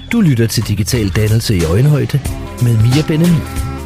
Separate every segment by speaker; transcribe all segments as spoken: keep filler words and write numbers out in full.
Speaker 1: Du lytter til Digital Dannelse i Øjenhøjde med Mia Ben-Ami.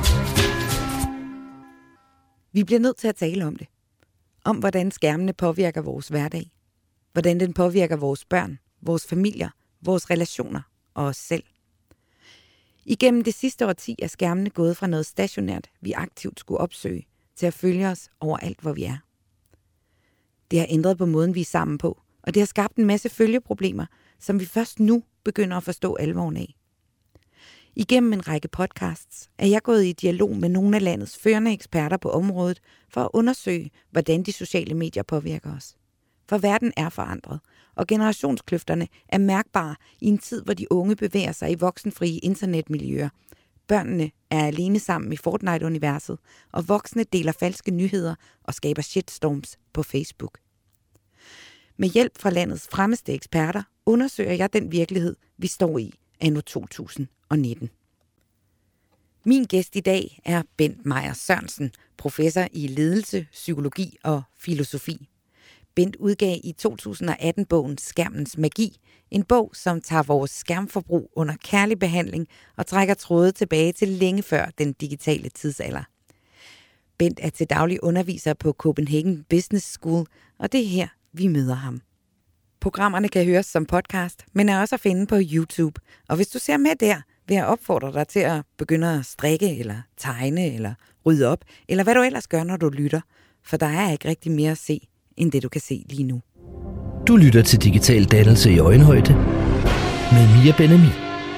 Speaker 2: Vi bliver nødt til at tale om det. Om hvordan skærmene påvirker vores hverdag. Hvordan den påvirker vores børn, vores familier, vores relationer og os selv. Igennem det sidste årti er skærmene gået fra noget stationært, vi aktivt skulle opsøge, til at følge os overalt, hvor vi er. Det har ændret på måden, vi er sammen på, og det har skabt en masse følgeproblemer, som vi først nu begynder at forstå alvoren af. Igennem en række podcasts er jeg gået i dialog med nogle af landets førende eksperter på området for at undersøge, hvordan de sociale medier påvirker os. For verden er forandret, og generationskløfterne er mærkbare i en tid, hvor de unge bevæger sig i voksenfrie internetmiljøer. Børnene er alene sammen i Fortnite-universet, og voksne deler falske nyheder og skaber shitstorms på Facebook. Med hjælp fra landets fremmeste eksperter undersøger jeg den virkelighed, vi står i anno to tusind og nitten. Min gæst i dag er Bent Meyer Sørensen, professor i ledelse, psykologi og filosofi. Bent udgav i to tusind og atten bogen Skærmens Magi, en bog, som tager vores skærmforbrug under kærlig behandling og trækker tråde tilbage til længe før den digitale tidsalder. Bent er til daglig underviser på Copenhagen Business School, og det er her, vi møder ham. Programmerne kan høres som podcast, men er også at finde på YouTube. Og hvis du ser med der, vil jeg opfordre dig til at begynde at strikke, eller tegne, eller rydde op, eller hvad du ellers gør, når du lytter. For der er ikke rigtig mere at se, end det du kan se lige nu.
Speaker 1: Du lytter til Digital Dannelse i Øjenhøjde med Mia Ben-Ami.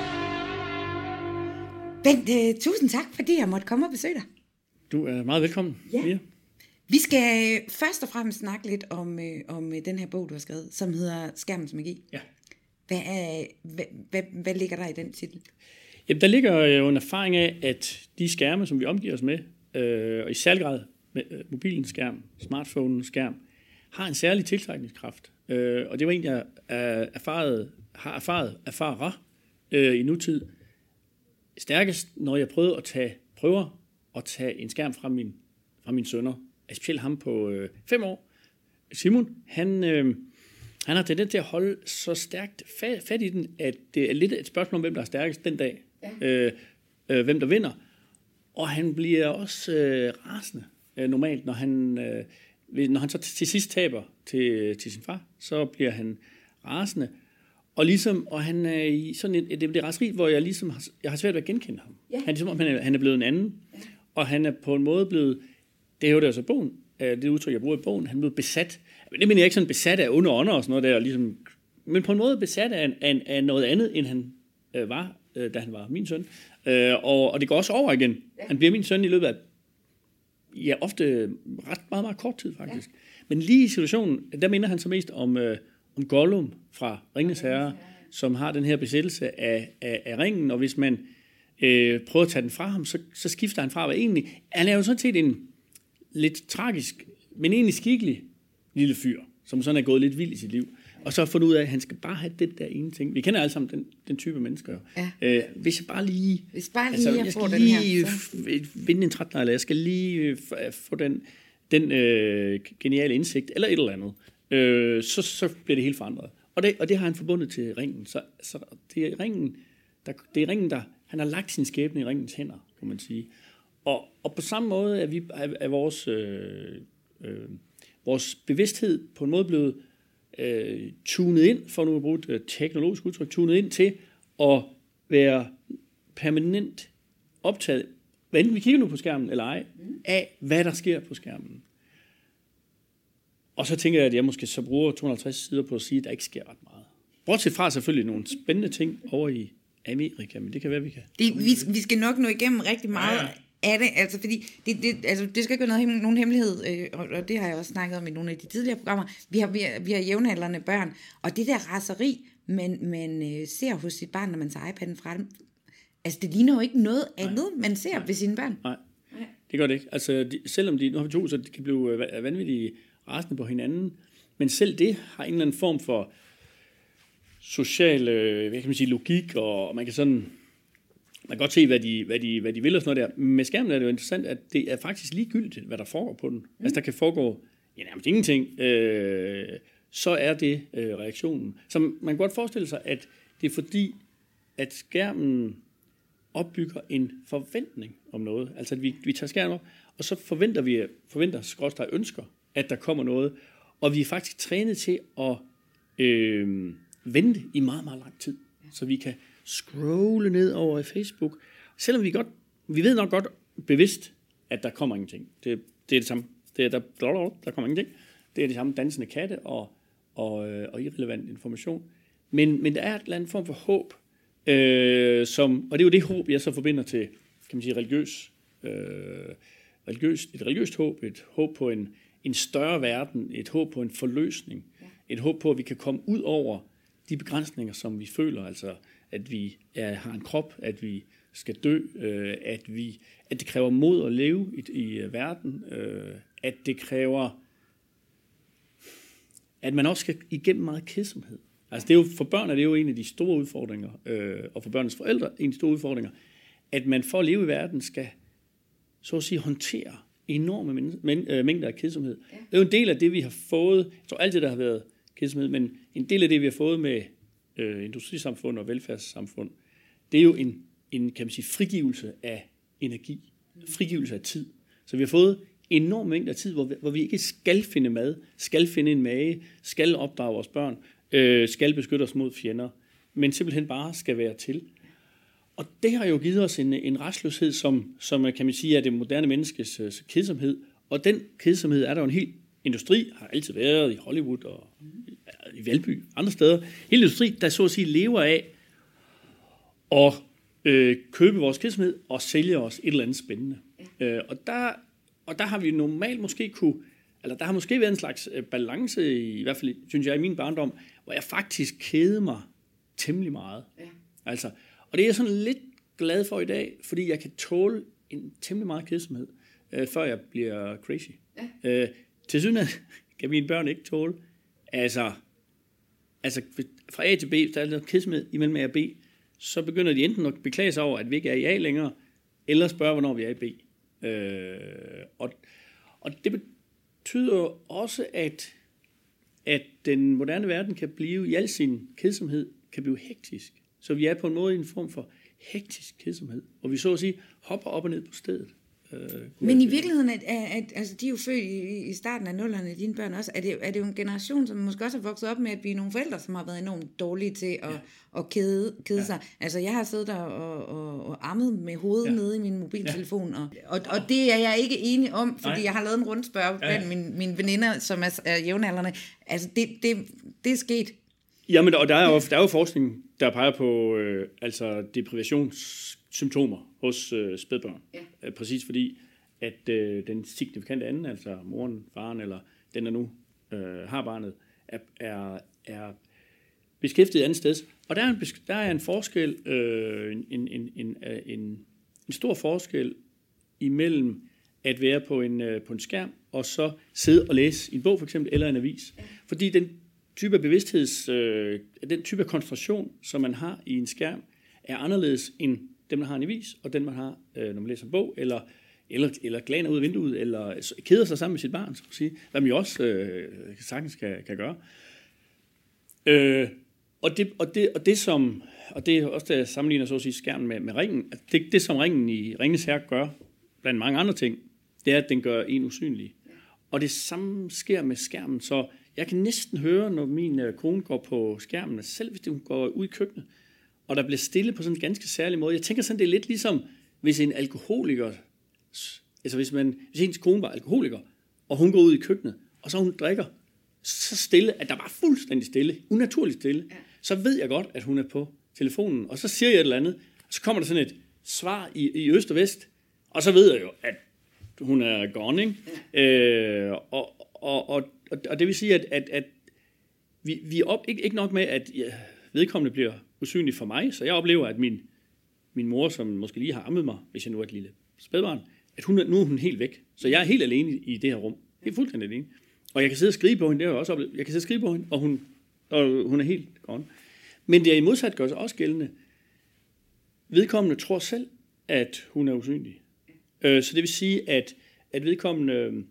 Speaker 2: Bent, uh, tusind tak, fordi jeg måtte komme og besøge dig.
Speaker 3: Du er meget velkommen,
Speaker 2: ja.
Speaker 3: Mia.
Speaker 2: Vi skal først og fremmest snakke lidt om, øh, om den her bog, du har skrevet, som hedder Skærmens Magi.
Speaker 3: Ja.
Speaker 2: Hvad, er, hvad, hvad, hvad ligger der i den titel?
Speaker 3: Jamen, der ligger jo en erfaring af, at de skærme, som vi omgiver os med, øh, og i særlig grad med øh, mobilens skærm, smartphonens skærm, har en særlig tiltrækningskraft. Øh, og det var egentlig, jeg er erfaret, har erfaret, erfarer øh, i nutid. Stærkest, når jeg prøvede at tage prøver at tage en skærm fra min, fra mine sønner. Specielt ham på øh, fem år. Simon, han, øh, han har tendens til at holde så stærkt fat, fat i den, at det er lidt et spørgsmål om, hvem der er stærkest den dag. Ja. Øh, øh, hvem der vinder. Og han bliver også øh, rasende øh, normalt, når han, øh, når han så til sidst taber til, til sin far, så bliver han rasende. Og ligesom, og han er i sådan et, det er raseri, hvor jeg ligesom har, jeg har svært ved at genkende ham. Ja. Han er ligesom, han er, han er blevet en anden, ja. Og han er på en måde blevet, det er jo der så bogen, det udtryk, jeg bruger i bogen, han er blevet besat. Det mener jeg ikke sådan besat af onde ånder og sådan noget der, ligesom, men på en måde besat af, af, af noget andet, end han øh, var, øh, da han var min søn. Øh, og, og det går også over igen. Ja. Han bliver min søn i løbet af, ja, ofte ret meget, meget kort tid faktisk. Ja. Men lige i situationen, der minder han så mest om, øh, om Gollum fra Ringenes Herre, ja. Som har den her besættelse af, af, af ringen, og hvis man øh, prøver at tage den fra ham, så, så skifter han fra, hvad egentlig, han er jo sådan set en lidt tragisk, men egentlig skikkelig lille fyr, som sådan er gået lidt vild i sit liv, og så har fundet ud af, at han skal bare have det der ene ting. Vi kender alle sammen den, den type mennesker. Ja. Øh, hvis jeg bare lige...
Speaker 2: Hvis bare lige
Speaker 3: altså,
Speaker 2: jeg,
Speaker 3: jeg
Speaker 2: får
Speaker 3: skal
Speaker 2: den
Speaker 3: lige
Speaker 2: her,
Speaker 3: vinde en trætnegl, eller jeg skal lige få den, den øh, geniale indsigt, eller et eller andet, øh, så, så bliver det helt forandret. Og det, og det har han forbundet til ringen. Så, så det er ringen, der, det er ringen, der... Han har lagt sin skæbne i ringens hænder, kan man sige. Og, og på samme måde er, vi, er, er vores, øh, øh, vores bevidsthed på en måde blevet øh, tunet ind, for nu at bruge et teknologisk udtryk, tunet ind til at være permanent optaget, hvad enten vi kigger nu på skærmen eller ej, af hvad der sker på skærmen. Og så tænker jeg, at jeg måske så bruger to hundrede og halvtreds sider på at sige, at der ikke sker ret meget. Bortset fra selvfølgelig nogle spændende ting over i Amerika, men det kan være, vi kan.
Speaker 2: Det, vi, vi skal nok nå igennem rigtig meget ja, ja. af det, altså fordi det, det, altså, det skal ikke være noget, nogen hemmelighed, øh, og, og det har jeg også snakket om i nogle af de tidligere programmer. Vi har, vi har, vi har jævnaldrende børn, og det der raseri, man, man øh, ser hos sit barn, når man tager iPad'en fra dem, altså det ligner jo ikke noget andet, Nej. man ser Nej. ved sine børn.
Speaker 3: Nej, Nej. det gør det ikke. Altså de, selvom de, nu har vi to, så de kan blive vanvittigt rasende på hinanden, men selv det har en eller anden form for social, hvad kan man sige, logik, og man kan sådan, man kan godt se, hvad de, hvad de, hvad de vil og sådan noget der. Med skærmen er det jo interessant, at det er faktisk ligegyldigt, hvad der foregår på den. Mm. Altså der kan foregå, ja, nærmest ingenting, øh, så er det øh, reaktionen. Så man kan godt forestille sig, at det er fordi, at skærmen opbygger en forventning om noget. Altså at vi, vi tager skærmen op, og så forventer vi, forventer skråstreg ønsker, at der kommer noget. Og vi er faktisk trænet til at øh, vente i meget, meget lang tid. Så vi kan scrolle ned over i Facebook, selvom vi godt, vi ved nok godt bevidst, at der kommer ingenting. Det, det er det samme. Det er, der, der kommer ingenting. Det er det samme dansende katte og, og, og irrelevant information. Men, men der er et eller andet form for håb, øh, som, og det er jo det håb, jeg så forbinder til, kan man sige, religiøs, øh, religiøs, et religiøst håb, et håb på en, en større verden, et håb på en forløsning, ja. Et håb på, at vi kan komme ud over de begrænsninger, som vi føler, altså at vi er, har en krop, at vi skal dø, øh, at, vi, at det kræver mod at leve i, i verden, øh, at det kræver, at man også skal igennem meget kedsomhed. Altså det er jo, for børn er det jo en af de store udfordringer, øh, og for børnenes forældre en af de store udfordringer, at man for at leve i verden skal, så at sige, håndtere enorme men, men, øh, mængder af kedsomhed. Ja. Det er jo en del af det, vi har fået, jeg tror altid, der har været kedsomhed, men en del af det, vi har fået med øh, industrisamfund og velfærdssamfund, det er jo en, en, kan man sige, frigivelse af energi, frigivelse af tid. Så vi har fået enorm mængde af tid, hvor vi, hvor vi ikke skal finde mad, skal finde en mage, skal opdrage vores børn, øh, skal beskytte os mod fjender, men simpelthen bare skal være til. Og det har jo givet os en, en restløshed, som, som kan man sige er det moderne menneskes uh, kedsomhed. Og den kedsomhed er der jo en hel industri, har altid været i Hollywood og i Valby, andre steder. Hele industri, der så at sige lever af at øh, købe vores kedsomhed og sælge os et eller andet spændende. Ja. Øh, og, der, og der har vi normalt måske kunne, eller der har måske været en slags balance, i, i hvert fald synes jeg i min barndom, hvor jeg faktisk kede mig temmelig meget. Ja. Altså, og det er jeg sådan lidt glad for i dag, fordi jeg kan tåle en temmelig meget kedsomhed, øh, før jeg bliver crazy. Ja. Øh, til synligheden kan mine børn ikke tåle. Altså, altså fra A til B, der er noget kedsomhed imellem A og B, så begynder de enten at beklage sig over, at vi ikke er i A længere, eller spørge, hvornår vi er i B. Øh, og, og det betyder også, at, at den moderne verden kan blive, i al sin kedsomhed, kan blive hektisk. Så vi er på en måde i en form for hektisk kedsomhed, hvor vi så at sige hopper op og ned på stedet. Øh,
Speaker 2: Men i virkeligheden, at, at, altså de er jo født i, i starten af nullerne, dine børn også, er det, er det jo en generation, som måske også har vokset op med, at vi er nogle forældre, som har været enormt dårlige til at, ja. at kede, kede ja. sig. Altså jeg har siddet der og, og, og ammet med hovedet ja. nede i min mobiltelefon, ja. og, og, og det er jeg ikke enig om, fordi Nej. jeg har lavet en rundspørg blandt ja. mine, mine veninder, som er, er jævnaldrende. Altså det, det, det er sket.
Speaker 3: Jamen, og der er jo, der er jo forskning, der peger på øh, altså depressionssymptomer hos øh, spædbørn. Ja. Øh, præcis fordi, at øh, den signifikante anden, altså moren, faren eller den, der nu øh, har barnet, er, er, er beskæftiget andet sted. Og der er en, der er en forskel, øh, en, en, en, en, en, en stor forskel imellem at være på en, øh, på en skærm, og så sidde og læse en bog for eksempel, eller en avis. Ja. Fordi den type af bevidstheds, øh, den type af koncentration, som man har i en skærm, er anderledes end den, man har i en avis, og den, man har, øh, når man læser en bog, eller, eller, eller glaner ud af vinduet, eller keder sig sammen med sit barn, så at sige, hvad man jo også øh, sagtens kan, kan gøre. Øh, og, det, og, det, og det som, og det er også der sammenligner så at sige skærmen med, med ringen, at det, det som ringen i Ringenes Herre gør, blandt mange andre ting, det er, at den gør en usynlig. Og det samme sker med skærmen, så jeg kan næsten høre, når min kone går på skærmen, selv hvis hun går ud i køkkenet, og der bliver stille på sådan en ganske særlig måde. Jeg tænker sådan, det er lidt ligesom, hvis en alkoholiker, altså hvis, man, hvis ens kone var alkoholiker, og hun går ud i køkkenet, og så hun drikker, så stille, at der var fuldstændig stille, unaturligt stille, ja. Så ved jeg godt, at hun er på telefonen, og så siger jeg et eller andet, og så kommer der sådan et svar i, i øst og vest, og så ved jeg jo, at hun er gone, ikke? Ja. Øh, og, og, og Og det vil sige, at, at, at vi, vi er op, ikke, ikke nok med, at ja, vedkommende bliver usynlig for mig, så jeg oplever, at min, min mor, som måske lige har ammet mig, hvis jeg nu er et lille spædbarn, at hun, nu er hun helt væk. Så jeg er helt alene i det her rum. Helt fuldstændig alene. Og jeg kan sidde og skrive på hende, det har jeg også oplevet. Jeg kan sidde og skrive på hende, og hun, og hun er helt gone. Men det er i modsat gør sig også gældende. Vedkommende tror selv, at hun er usynlig. Øh, så det vil sige, at, at vedkommende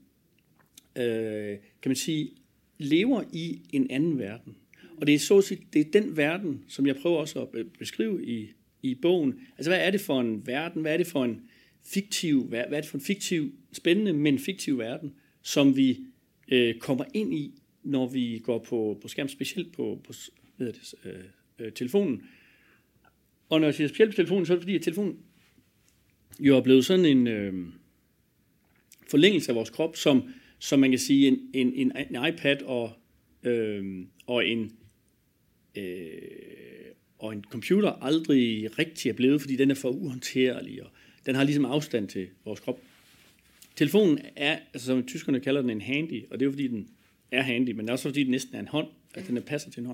Speaker 3: Øh, kan man sige, lever i en anden verden. Og det er så at sige, det er den verden, som jeg prøver også at beskrive i i bogen. Altså, hvad er det for en verden? Hvad er det for en fiktiv, hvad er det for en fiktiv, spændende, men fiktiv verden, som vi øh, kommer ind i, når vi går på, på skærm, specielt på, på hvad hedder det, øh, øh, telefonen. Og når jeg siger specielt på telefonen, så er det fordi, at telefonen jo er blevet sådan en øh, forlængelse af vores krop, som, som man kan sige, en, en, en, en iPad og, øh, og en øh, og en computer aldrig rigtig er blevet, fordi den er for uhåndterlig, og den har ligesom afstand til vores krop. Telefonen er, altså som tyskerne kalder den en handy, og det er jo fordi, den er handy, men det er også fordi, den næsten er en hånd, at den er passer til en hånd.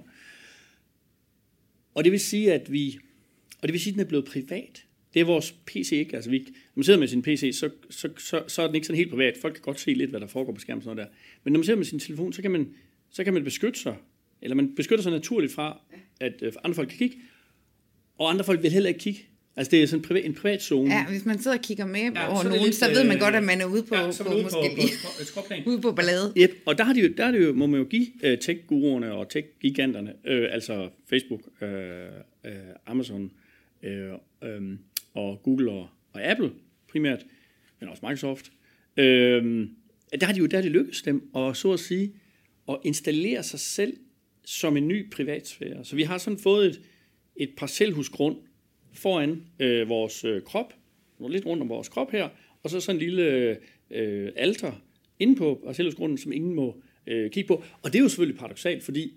Speaker 3: Og det vil sige, at vi, og det vil sige, at den er blevet privat. Det er vores P C ikke. Altså, vi, når man sidder med sin P C, så, så, så, så er den ikke sådan helt privat. Folk kan godt se lidt, hvad der foregår på skærmen, sådan noget der. Men når man sidder med sin telefon, så kan man, så kan man beskytte sig, eller man beskytter sig naturligt fra, at øh, andre folk kan kigge, og andre folk vil heller ikke kigge. Altså, det er sådan en privat, en privat zone.
Speaker 2: Ja, hvis man sidder og kigger med
Speaker 3: ja,
Speaker 2: over
Speaker 3: så
Speaker 2: nogen,
Speaker 3: lidt,
Speaker 2: så ved man godt, at man er ude på,
Speaker 3: ja,
Speaker 2: på,
Speaker 3: på,
Speaker 2: på
Speaker 3: måske
Speaker 2: måske
Speaker 3: på, på, på,
Speaker 2: ude på ballade.
Speaker 3: Yep. Og der, har de jo, der er det jo, må man jo give uh, tech-guruerne og tech-giganterne, øh, altså Facebook, øh, øh, Amazon øh, øh, og Google og, og Apple primært, men også Microsoft. Øh, der har de jo der har de lykkedes dem, og så at sige, at installere sig selv som en ny privatsfære. Så vi har sådan fået et, et parcelhusgrund foran øh, vores øh, krop, lidt rundt om vores krop her, og så sådan en lille øh, alter inde på parcelhusgrunden, som ingen må øh, kigge på. Og det er jo selvfølgelig paradoksalt, fordi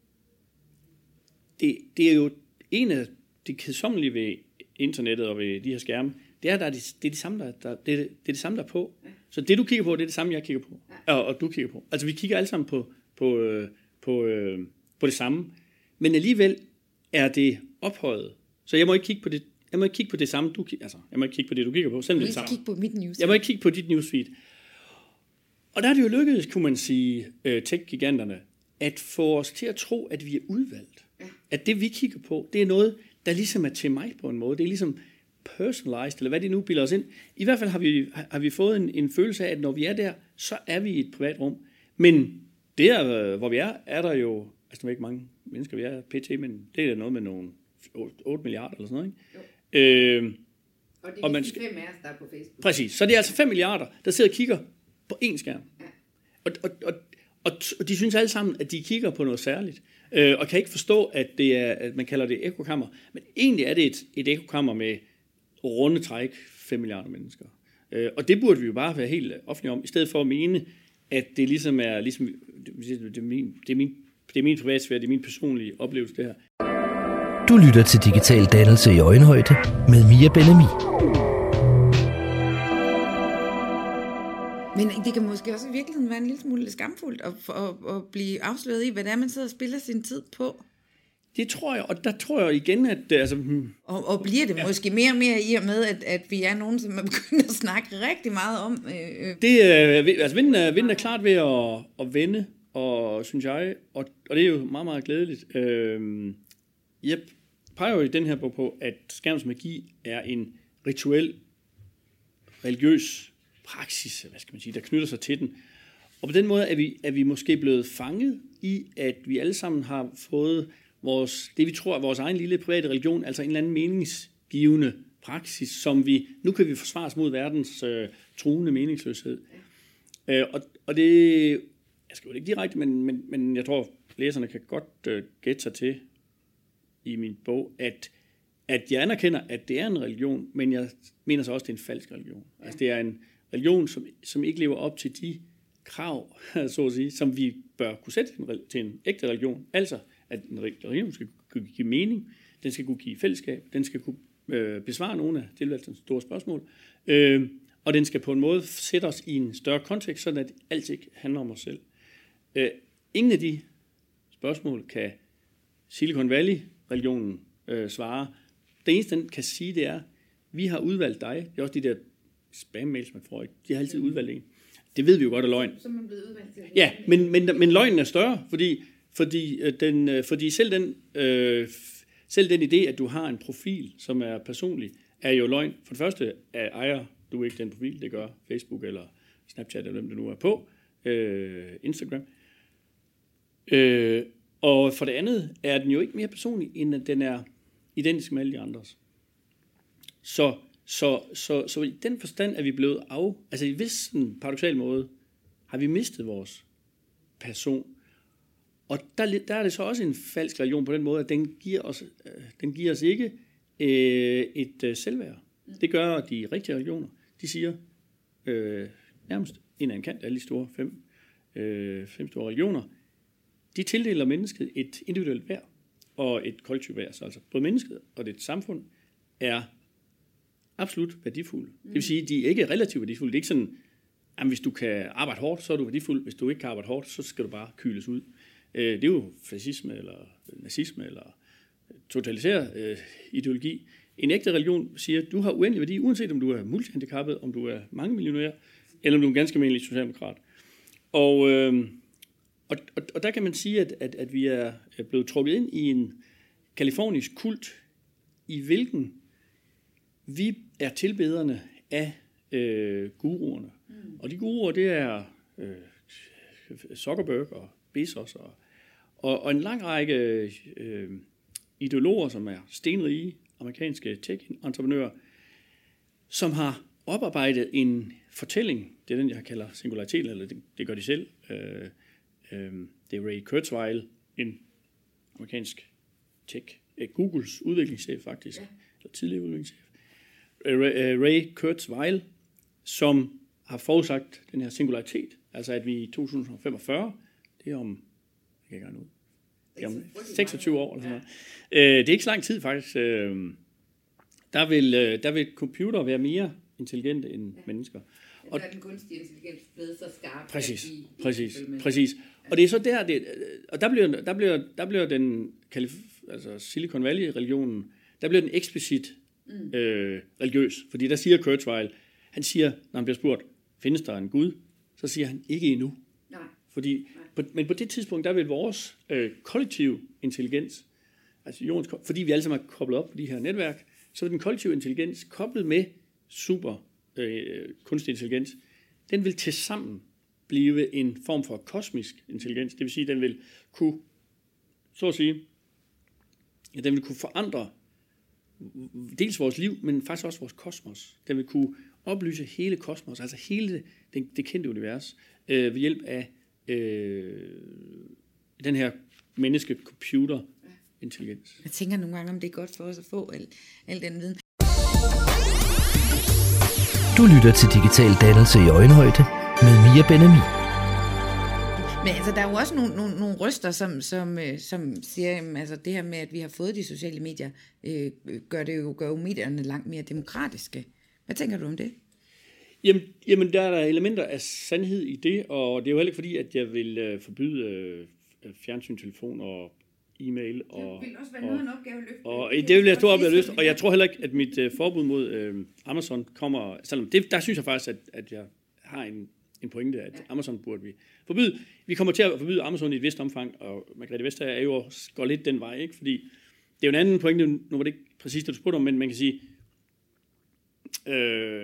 Speaker 3: det, det er jo en af det kedsommelige ved internettet og ved de her skærme, det er, der er de, det er det samme, der, der, det er, det er det samme, der er på. Så det, du kigger på, det er det samme, jeg kigger på, og, og du kigger på. Altså, vi kigger alle sammen på, på, øh, på, øh, på det samme, men alligevel er det ophøjet. Så jeg må ikke kigge på det, jeg må ikke kigge på det samme, du kigger, altså, jeg må ikke kigge på det, du kigger på, selvom det er det samme.
Speaker 2: Kigge på mit newsfeed.
Speaker 3: Jeg må ikke kigge på dit newsfeed. Og der er det jo lykkedes, kunne man sige, uh, tech-giganterne, at få os til at tro, at vi er udvalgt. Ja. At det, vi kigger på, det er noget, der ligesom er til mig på en måde. Det er ligesom personalized, eller hvad det nu bilder os ind. I hvert fald har vi, har vi fået en, en følelse af, at når vi er der, så er vi i et privat rum. Men der, hvor vi er, er der jo, altså der er ikke mange mennesker, vi er pt, men det er noget med nogle otte milliarder eller sådan noget, ikke? Øh,
Speaker 2: og det er og man skal, fem af os, der er på Facebook.
Speaker 3: Præcis. Så det er altså fem milliarder, der sidder og kigger på én skærm. Ja. Og, og, og, og, og de synes alle sammen, at de kigger på noget særligt. Øh, og kan ikke forstå, at, det er, at man kalder det ekokammer. Men egentlig er det et, et ekokammer med runde træk fem milliarder mennesker. Øh, og det burde vi jo bare være helt offentlige om, i stedet for at mene, at det ligesom er, ligesom, det, det, er min, det, er min, det er min privatsfære, det er min personlige oplevelse, det her.
Speaker 1: Du lytter til Digital Dannelse i Øjenhøjde med Mia Ben-Ami.
Speaker 2: Men det kan måske også i virkeligheden være en lille smule skamfuldt at, at, at blive afsløret i, hvad det er, man sidder og spiller sin tid på.
Speaker 3: Det tror jeg, og der tror jeg igen, at... Altså, hmm.
Speaker 2: og, og bliver det ja. måske mere og mere i og med, at, at vi er nogen, som er begyndt at snakke rigtig meget om... Øh,
Speaker 3: det, øh, altså, vinden er, vinden er klart ved at, at vende, og synes jeg, og, og det er jo meget, meget glædeligt. Øh, jeg peger jo i den her bog på, at skærmens magi er en rituel, religiøs praksis, hvad skal man sige, der knytter sig til den. Og på den måde er vi, er vi måske blevet fanget i, at vi alle sammen har fået vores, det vi tror er vores egen lille private religion, altså en eller anden meningsgivende praksis, som vi, nu kan vi forsvare os mod verdens øh, truende meningsløshed. Øh, og, og det, jeg skal jo ikke direkte, men, men, men jeg tror, læserne kan godt øh, gætte sig til i min bog, at, at jeg anerkender, at det er en religion, men jeg mener så også, at det er en falsk religion. Altså det er en religion, som, som ikke lever op til de krav, så at sige, som vi bør kunne sætte til en ægte religion. Altså, at en religion skal kunne give mening, den skal kunne give fællesskab, den skal kunne øh, besvare nogle af tilværelsens store spørgsmål, øh, og den skal på en måde sætte os i en større kontekst, sådan at alt ikke handler om os selv. Øh, ingen af de spørgsmål kan Silicon Valley-religionen øh, svare. Det eneste, den kan sige, det er, vi har udvalgt dig. Det er også de der spam-mails, man får. De har altid udvalgt en. Det ved vi jo godt er løgn.
Speaker 2: Så man blevet udvalgt til det.
Speaker 3: Ja, men, men, men løgnen er større, fordi, fordi, den, fordi selv, den, øh, selv den idé, at du har en profil, som er personlig, er jo løgn. For det første er, ejer du ikke den profil, det gør Facebook eller Snapchat, eller hvem det nu er på, øh, Instagram. Øh, og for det andet er den jo ikke mere personlig, end at den er identisk med alle de andres. Så, så, så, så i den forstand er vi blevet af, altså i vis sådan paradoksal måde, har vi mistet vores person. Og der, der er det så også en falsk religion på den måde, at den giver os, den giver os ikke øh, et øh, selvværd. Det gør de rigtige religioner. De siger øh, nærmest en af en kant, alle de store fem, øh, fem store religioner, de tildeler mennesket et individuelt værd og et kollektivt værd. Så altså både mennesket og det samfund er absolut værdifulde. Det vil sige, at de er ikke relativt værdifulde. Det er ikke sådan, at hvis du kan arbejde hårdt, så er du værdifuld. Hvis du ikke kan arbejde hårdt, så skal du bare kyles ud. Det er jo fascisme, eller nazisme, eller totalitær øh, ideologi. En ægte religion siger, at du har uendelig værdi, uanset om du er multihandicappet, om du er mangemillionær, eller om du er en ganske almindelig socialdemokrat. Og, øh, og, og, og der kan man sige, at, at, at vi er blevet trukket ind i en kalifornisk kult, i hvilken vi er tilbederne af øh, guruerne. Mm. Og de guruer, det er øh, Zuckerberg og Bezos og, og, og en lang række øh, ideologer, som er stenrige amerikanske tech-entreprenører, som har oparbejdet en fortælling, det er den, jeg kalder singularitet, eller det, det gør de selv. Øh, øh, det er Ray Kurzweil, en amerikansk tech, eh, Googles udviklingschef faktisk, ja. Eller tidligere udviklingschef. Ray, Ray Kurzweil, som har forudsagt den her singularitet, altså at vi i to tusind og femogfyrre, det er om, jeg kan ikke regne ud, det er om seksogtyve år eller sådan noget. Øh, det er ikke så lang tid faktisk. Øh, der, vil, der vil computer være mere intelligente end ja. mennesker.
Speaker 2: Og der er den kunstige intelligens blevet så skarp.
Speaker 3: Præcis,
Speaker 2: i, i
Speaker 3: præcis, præcis. Og det er så der, det, og der bliver, der bliver, der bliver den altså Silicon Valley-religionen, der bliver den eksplicit mm. øh, religiøs. Fordi der siger Kurzweil, han siger, når han bliver spurgt, findes der en Gud? Så siger han, ikke endnu.
Speaker 2: Nej.
Speaker 3: Fordi, Nej. På, men på det tidspunkt, der vil vores øh, kollektiv intelligens, altså jordens, fordi vi alle sammen er koblet op på de her netværk, så er den kollektive intelligens koblet med super øh, kunstig intelligens, den vil tilsammen blive en form for kosmisk intelligens. Det vil sige, at den vil kunne, så at sige, ja, den vil kunne forandre dels vores liv, men faktisk også vores kosmos. Den vil kunne oplyse hele kosmos, altså hele det, det kendte univers, øh, ved hjælp af øh, den her menneske-computer-intelligens.
Speaker 2: Jeg tænker nogle gange, om det er godt for os at få al, al den viden.
Speaker 1: Du lytter til Digital Dannelse i Øjenhøjde med Mia Ben-Ami.
Speaker 2: Men altså, der er jo også nogle, nogle, nogle røster, som, som, som siger, altså det her med, at vi har fået de sociale medier, øh, gør det jo, gør jo medierne langt mere demokratiske. Hvad tænker du om det?
Speaker 3: Jamen, jamen, der er der elementer af sandhed i det, og det er jo heller ikke fordi, at jeg vil øh, forbyde øh, fjernsyn, telefon og e-mail. Og,
Speaker 2: det vil også være noget af en opgave at løfte.
Speaker 3: Og, og det vil jeg stor opgave at løfte, og jeg tror heller ikke, at mit øh, forbud mod øh, Amazon kommer, selvom det, der synes jeg faktisk, at, at jeg har en, en pointe, at ja. Amazon burde vi forbyde. Vi kommer til at forbyde Amazon i et vist omfang, og Margrethe Vestager er jo går lidt den vej, ikke? Fordi det er jo en anden pointe, nu var det ikke præcis det, du spurgte om, men man kan sige, øh,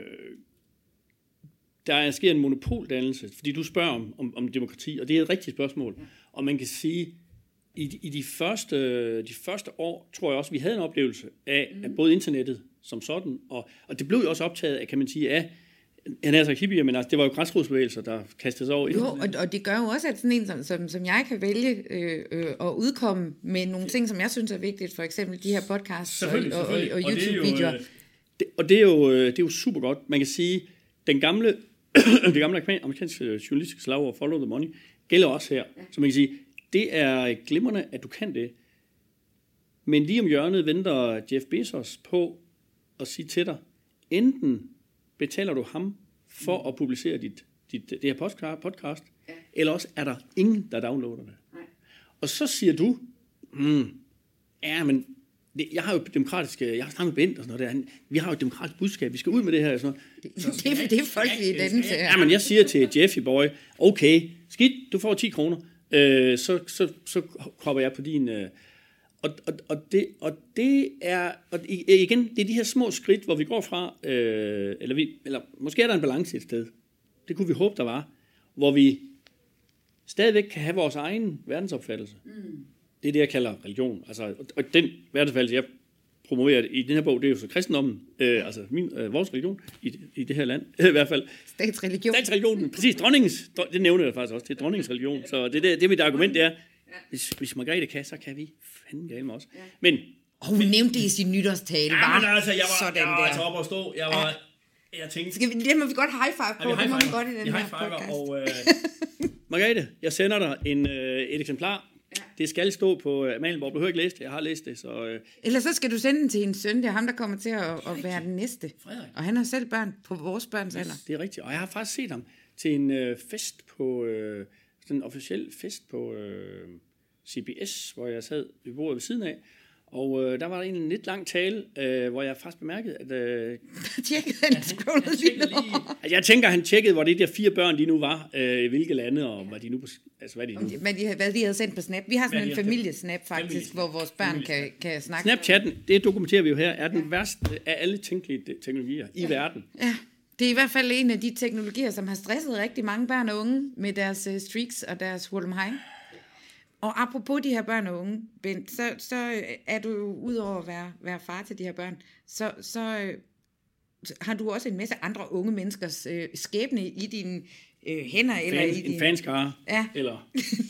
Speaker 3: der sker en monopoldannelse, fordi du spørger om, om, om demokrati, og det er et rigtigt spørgsmål. Ja. Og man kan sige, i, i de, første, de første år, tror jeg også, vi havde en oplevelse af, mm. af både internettet som sådan, og, og det blev jo også optaget af, kan man sige, af, han er så hippier, men altså, det var jo græsrodsbevægelser, der kastede sig over.
Speaker 2: Jo, og, og det gør jo også, at sådan en, som, som, som jeg kan vælge øh, øh, at udkomme med nogle ting, som jeg synes er vigtigt, for eksempel de her podcasts og, og, og, og YouTube-videoer.
Speaker 3: Det, og det er, jo, det er jo super godt. Man kan sige, den gamle, det gamle amerikanske journalistiske slagord, follow the money, gælder også her. Ja. Så man kan sige, det er glimrende, at du kan det. Men lige om hjørnet venter Jeff Bezos på at sige til dig, enten betaler du ham for mm. at publicere dit, dit, det her podcast, ja. Eller også er der ingen, der downloader det. Nej. Og så siger du, hmm, ja, men det, jeg har jo demokratiske, jeg har snakket med Bent og sådan noget der, vi har jo et demokratisk budskab, vi skal ud med det her og sådan noget.
Speaker 2: Det, det, det, det er folk, vi er den til.
Speaker 3: Ja, men jeg siger til Jeffy boy, okay, skidt, du får ti kroner, øh, så, så, så hopper jeg på din... Øh, Og, og, og, det, og det er, og igen, det er de her små skridt, hvor vi går fra, øh, eller, vi, eller måske er der en balance et sted, det kunne vi håbe, der var, hvor vi stadigvæk kan have vores egen verdensopfattelse. Mm. Det er det, jeg kalder religion. Altså, og den verdensopfattelse, jeg promoverer i den her bog, det er jo så kristendommen, øh, altså min, øh, vores religion i, i det her land, i hvert fald.
Speaker 2: Statsreligion.
Speaker 3: Statsreligionen, præcis, dronningens, det nævner jeg faktisk også, det er dronningens religion, så det, det, det mit argument, det er, hvis, hvis Margrethe kan, så kan vi fanden gale med os. Men,
Speaker 2: og hun nævnte det i sin nytårstale,
Speaker 3: ja,
Speaker 2: var
Speaker 3: men altså, jeg var,
Speaker 2: sådan
Speaker 3: jeg var
Speaker 2: der.
Speaker 3: altså oppe og stå, jeg var, ja. jeg tænkte...
Speaker 2: Skal vi, det må vi godt high five på,
Speaker 3: ja,
Speaker 2: det må vi godt i den
Speaker 3: vi
Speaker 2: her podcast.
Speaker 3: Og, øh, Margrethe, jeg sender dig en, øh, et eksemplar. Ja. Det skal stå på uh, Amalienborg. Du behøver ikke læse det. Jeg har læst det. Så, øh.
Speaker 2: Ellers så skal du sende den til en søn. Det er ham, der kommer til at, at være den næste.
Speaker 3: Frederik.
Speaker 2: Og han har selv børn på vores børns alder.
Speaker 3: Det er rigtigt. Og jeg har faktisk set ham til en øh, fest på... Øh, sådan en officiel fest på øh, C B S, hvor jeg sad ved bordet ved siden af. Og øh, der var der en lidt lang tale, øh, hvor jeg faktisk bemærkede, at... Øh,
Speaker 2: tjekkede han scrollede lige
Speaker 3: altså, jeg tænker, han tjekkede, hvor det de der fire børn, de nu var, øh, hvilke lande, og hvad de nu... Altså, hvad de nu...
Speaker 2: Men de, hvad de havde sendt på Snap. Vi har sådan en familiesnap, faktisk, familiesnap. Hvor vores børn kan, kan snakke.
Speaker 3: Snapchatten, det dokumenterer vi jo her, er den ja. værste af alle tænkelige teknologier i
Speaker 2: ja.
Speaker 3: verden.
Speaker 2: Ja, det er i hvert fald en af de teknologier, som har stresset rigtig mange børn og unge med deres uh, streaks og deres hurlumhej. Og apropos de her børn og unge, Bent, så, så er du jo, udover at være, være far til de her børn, så, så øh, har du også en masse andre unge menneskers øh, skæbne i dine øh, hænder.
Speaker 3: Fan,
Speaker 2: eller i
Speaker 3: en
Speaker 2: din,
Speaker 3: fanskare,
Speaker 2: ja.
Speaker 3: eller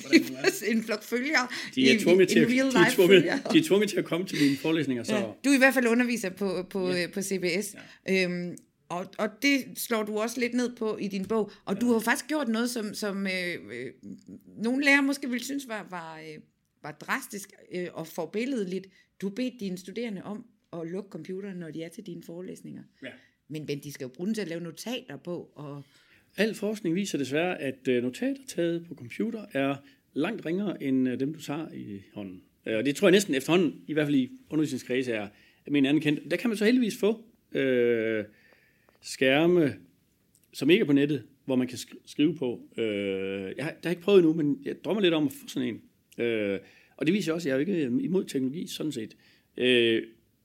Speaker 2: en flok følgere.
Speaker 3: De er, tvunget til, de, er tvunget, de er tvunget til at komme til dine forelæsninger. Så.
Speaker 2: Ja. Du er i hvert fald underviser på, på,
Speaker 3: ja.
Speaker 2: på C B S. Ja. Øhm, Og, og det slår du også lidt ned på i din bog. Og ja. du har faktisk gjort noget, som, som øh, øh, nogle lærere måske ville synes var, var, øh, var drastisk øh, og forbilledeligt. Du bedte dine studerende om at lukke computeren, når de er til dine forelæsninger. Ja. Men, men de skal jo bruge den til at lave notater på. Og...
Speaker 3: Al forskning viser desværre, at notater taget på computer er langt ringere end dem, du tager i hånden. Og det tror jeg næsten efterhånden, i hvert fald i undervisningskredse, er min anden kendt. Der kan man så heldigvis få... Øh, skærme, som ikke er på nettet, hvor man kan skrive på. Øh, jeg, har, jeg har ikke prøvet endnu, men jeg drømmer lidt om at få sådan en. Øh, og det viser også, at jeg er jo ikke imod teknologi, sådan set. Øh,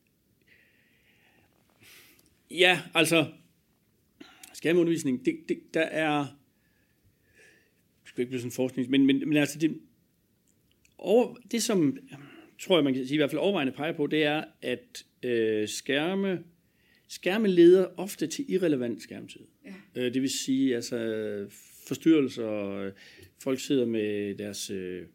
Speaker 3: ja, altså, skærmeundervisning, det, det, der er, det skal ikke blive sådan forskning, men, men, men altså, det, over, det som, tror jeg, man kan sige, i hvert fald overvejende peger på, det er, at øh, skærme, Skærme leder ofte til irrelevant skærmtid. Ja. Det vil sige, altså forstyrrelser, folk sidder med deres,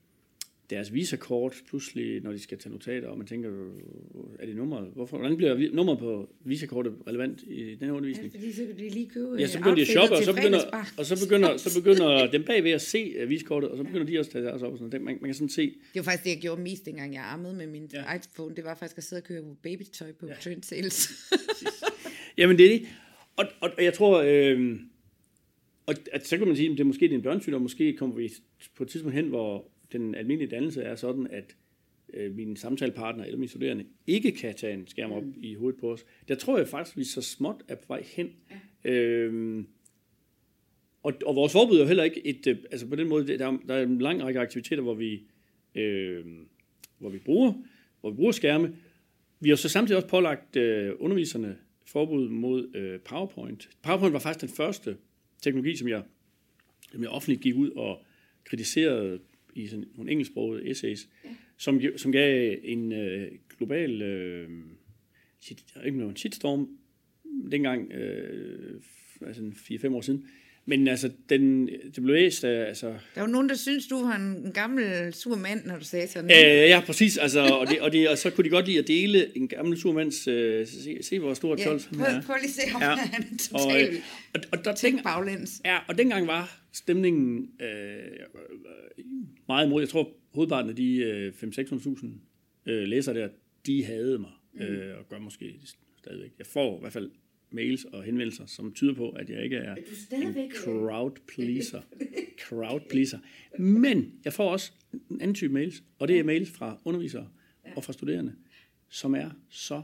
Speaker 3: deres visakort pludselig, når de skal tage notater, og man tænker, er det nummeret? Hvorfor? Hvordan bliver nummeret på visakortet relevant i den her undervisning?
Speaker 2: Ja, fordi så kan de lige købe
Speaker 3: ja, så begynder de at shoppe, og så begynder, og så begynder, så begynder dem bagved at se visakortet, og så begynder de også at tage deres op. Og sådan. Man, man kan sådan se...
Speaker 2: Det var faktisk det, jeg gjorde mest, dengang jeg ammede med min ja. iPhone. Det var faktisk at sidde og købe babytøj på ja. Trend Sales.
Speaker 3: Jamen det er det. Og, og, og jeg tror, øh, og, at så kan man sige, at det er måske en børnesygdom, måske kommer vi på et tidspunkt hen, hvor den almindelige dannelse er sådan, at øh, mine samtalepartnere eller mine studerende ikke kan tage en skærm op mm. i hovedet på os. Der tror jeg faktisk, at vi så småt er på vej hen. Ja. Øh, og, og vores forbud er jo heller ikke et, øh, altså på den måde, der er, der er en lang række aktiviteter, hvor vi, øh, hvor vi bruger, hvor vi bruger skærme. Vi har så samtidig også pålagt øh, underviserne forbud mod øh, PowerPoint. PowerPoint var faktisk den første teknologi, som jeg, som jeg offentligt gik ud og kritiserede i sådan nogle engelsksprogede essays, ja. som, som gav en øh, global øh, shit, ikke noget, shitstorm dengang, øh, altså fire fem år siden. Men altså, den, det blev læst af... Altså,
Speaker 2: der var nogen, der synes du var en gammel sur mand, når du sagde sådan
Speaker 3: noget. Øh, ja, præcis. Altså, og, det, og, det, og så kunne de godt lide at dele en gammel sur mands... Øh, se, se, hvor stor tjols han er.
Speaker 2: Prøv lige at se, om
Speaker 3: ja.
Speaker 2: han er totalt
Speaker 3: og, og, og der
Speaker 2: tænk baglæns.
Speaker 3: Ja, og dengang var stemningen øh, meget imod. Jeg tror, hovedparten af de øh, fem til seks hundrede tusind øh, læsere der, de havde mig. Mm. Øh, og gør måske stadigvæk. Jeg får i hvert fald mails og henvendelser, som tyder på, at jeg ikke er en crowd pleaser. crowd pleaser. Men jeg får også en anden type mails, og det er mails fra undervisere og fra studerende, som er så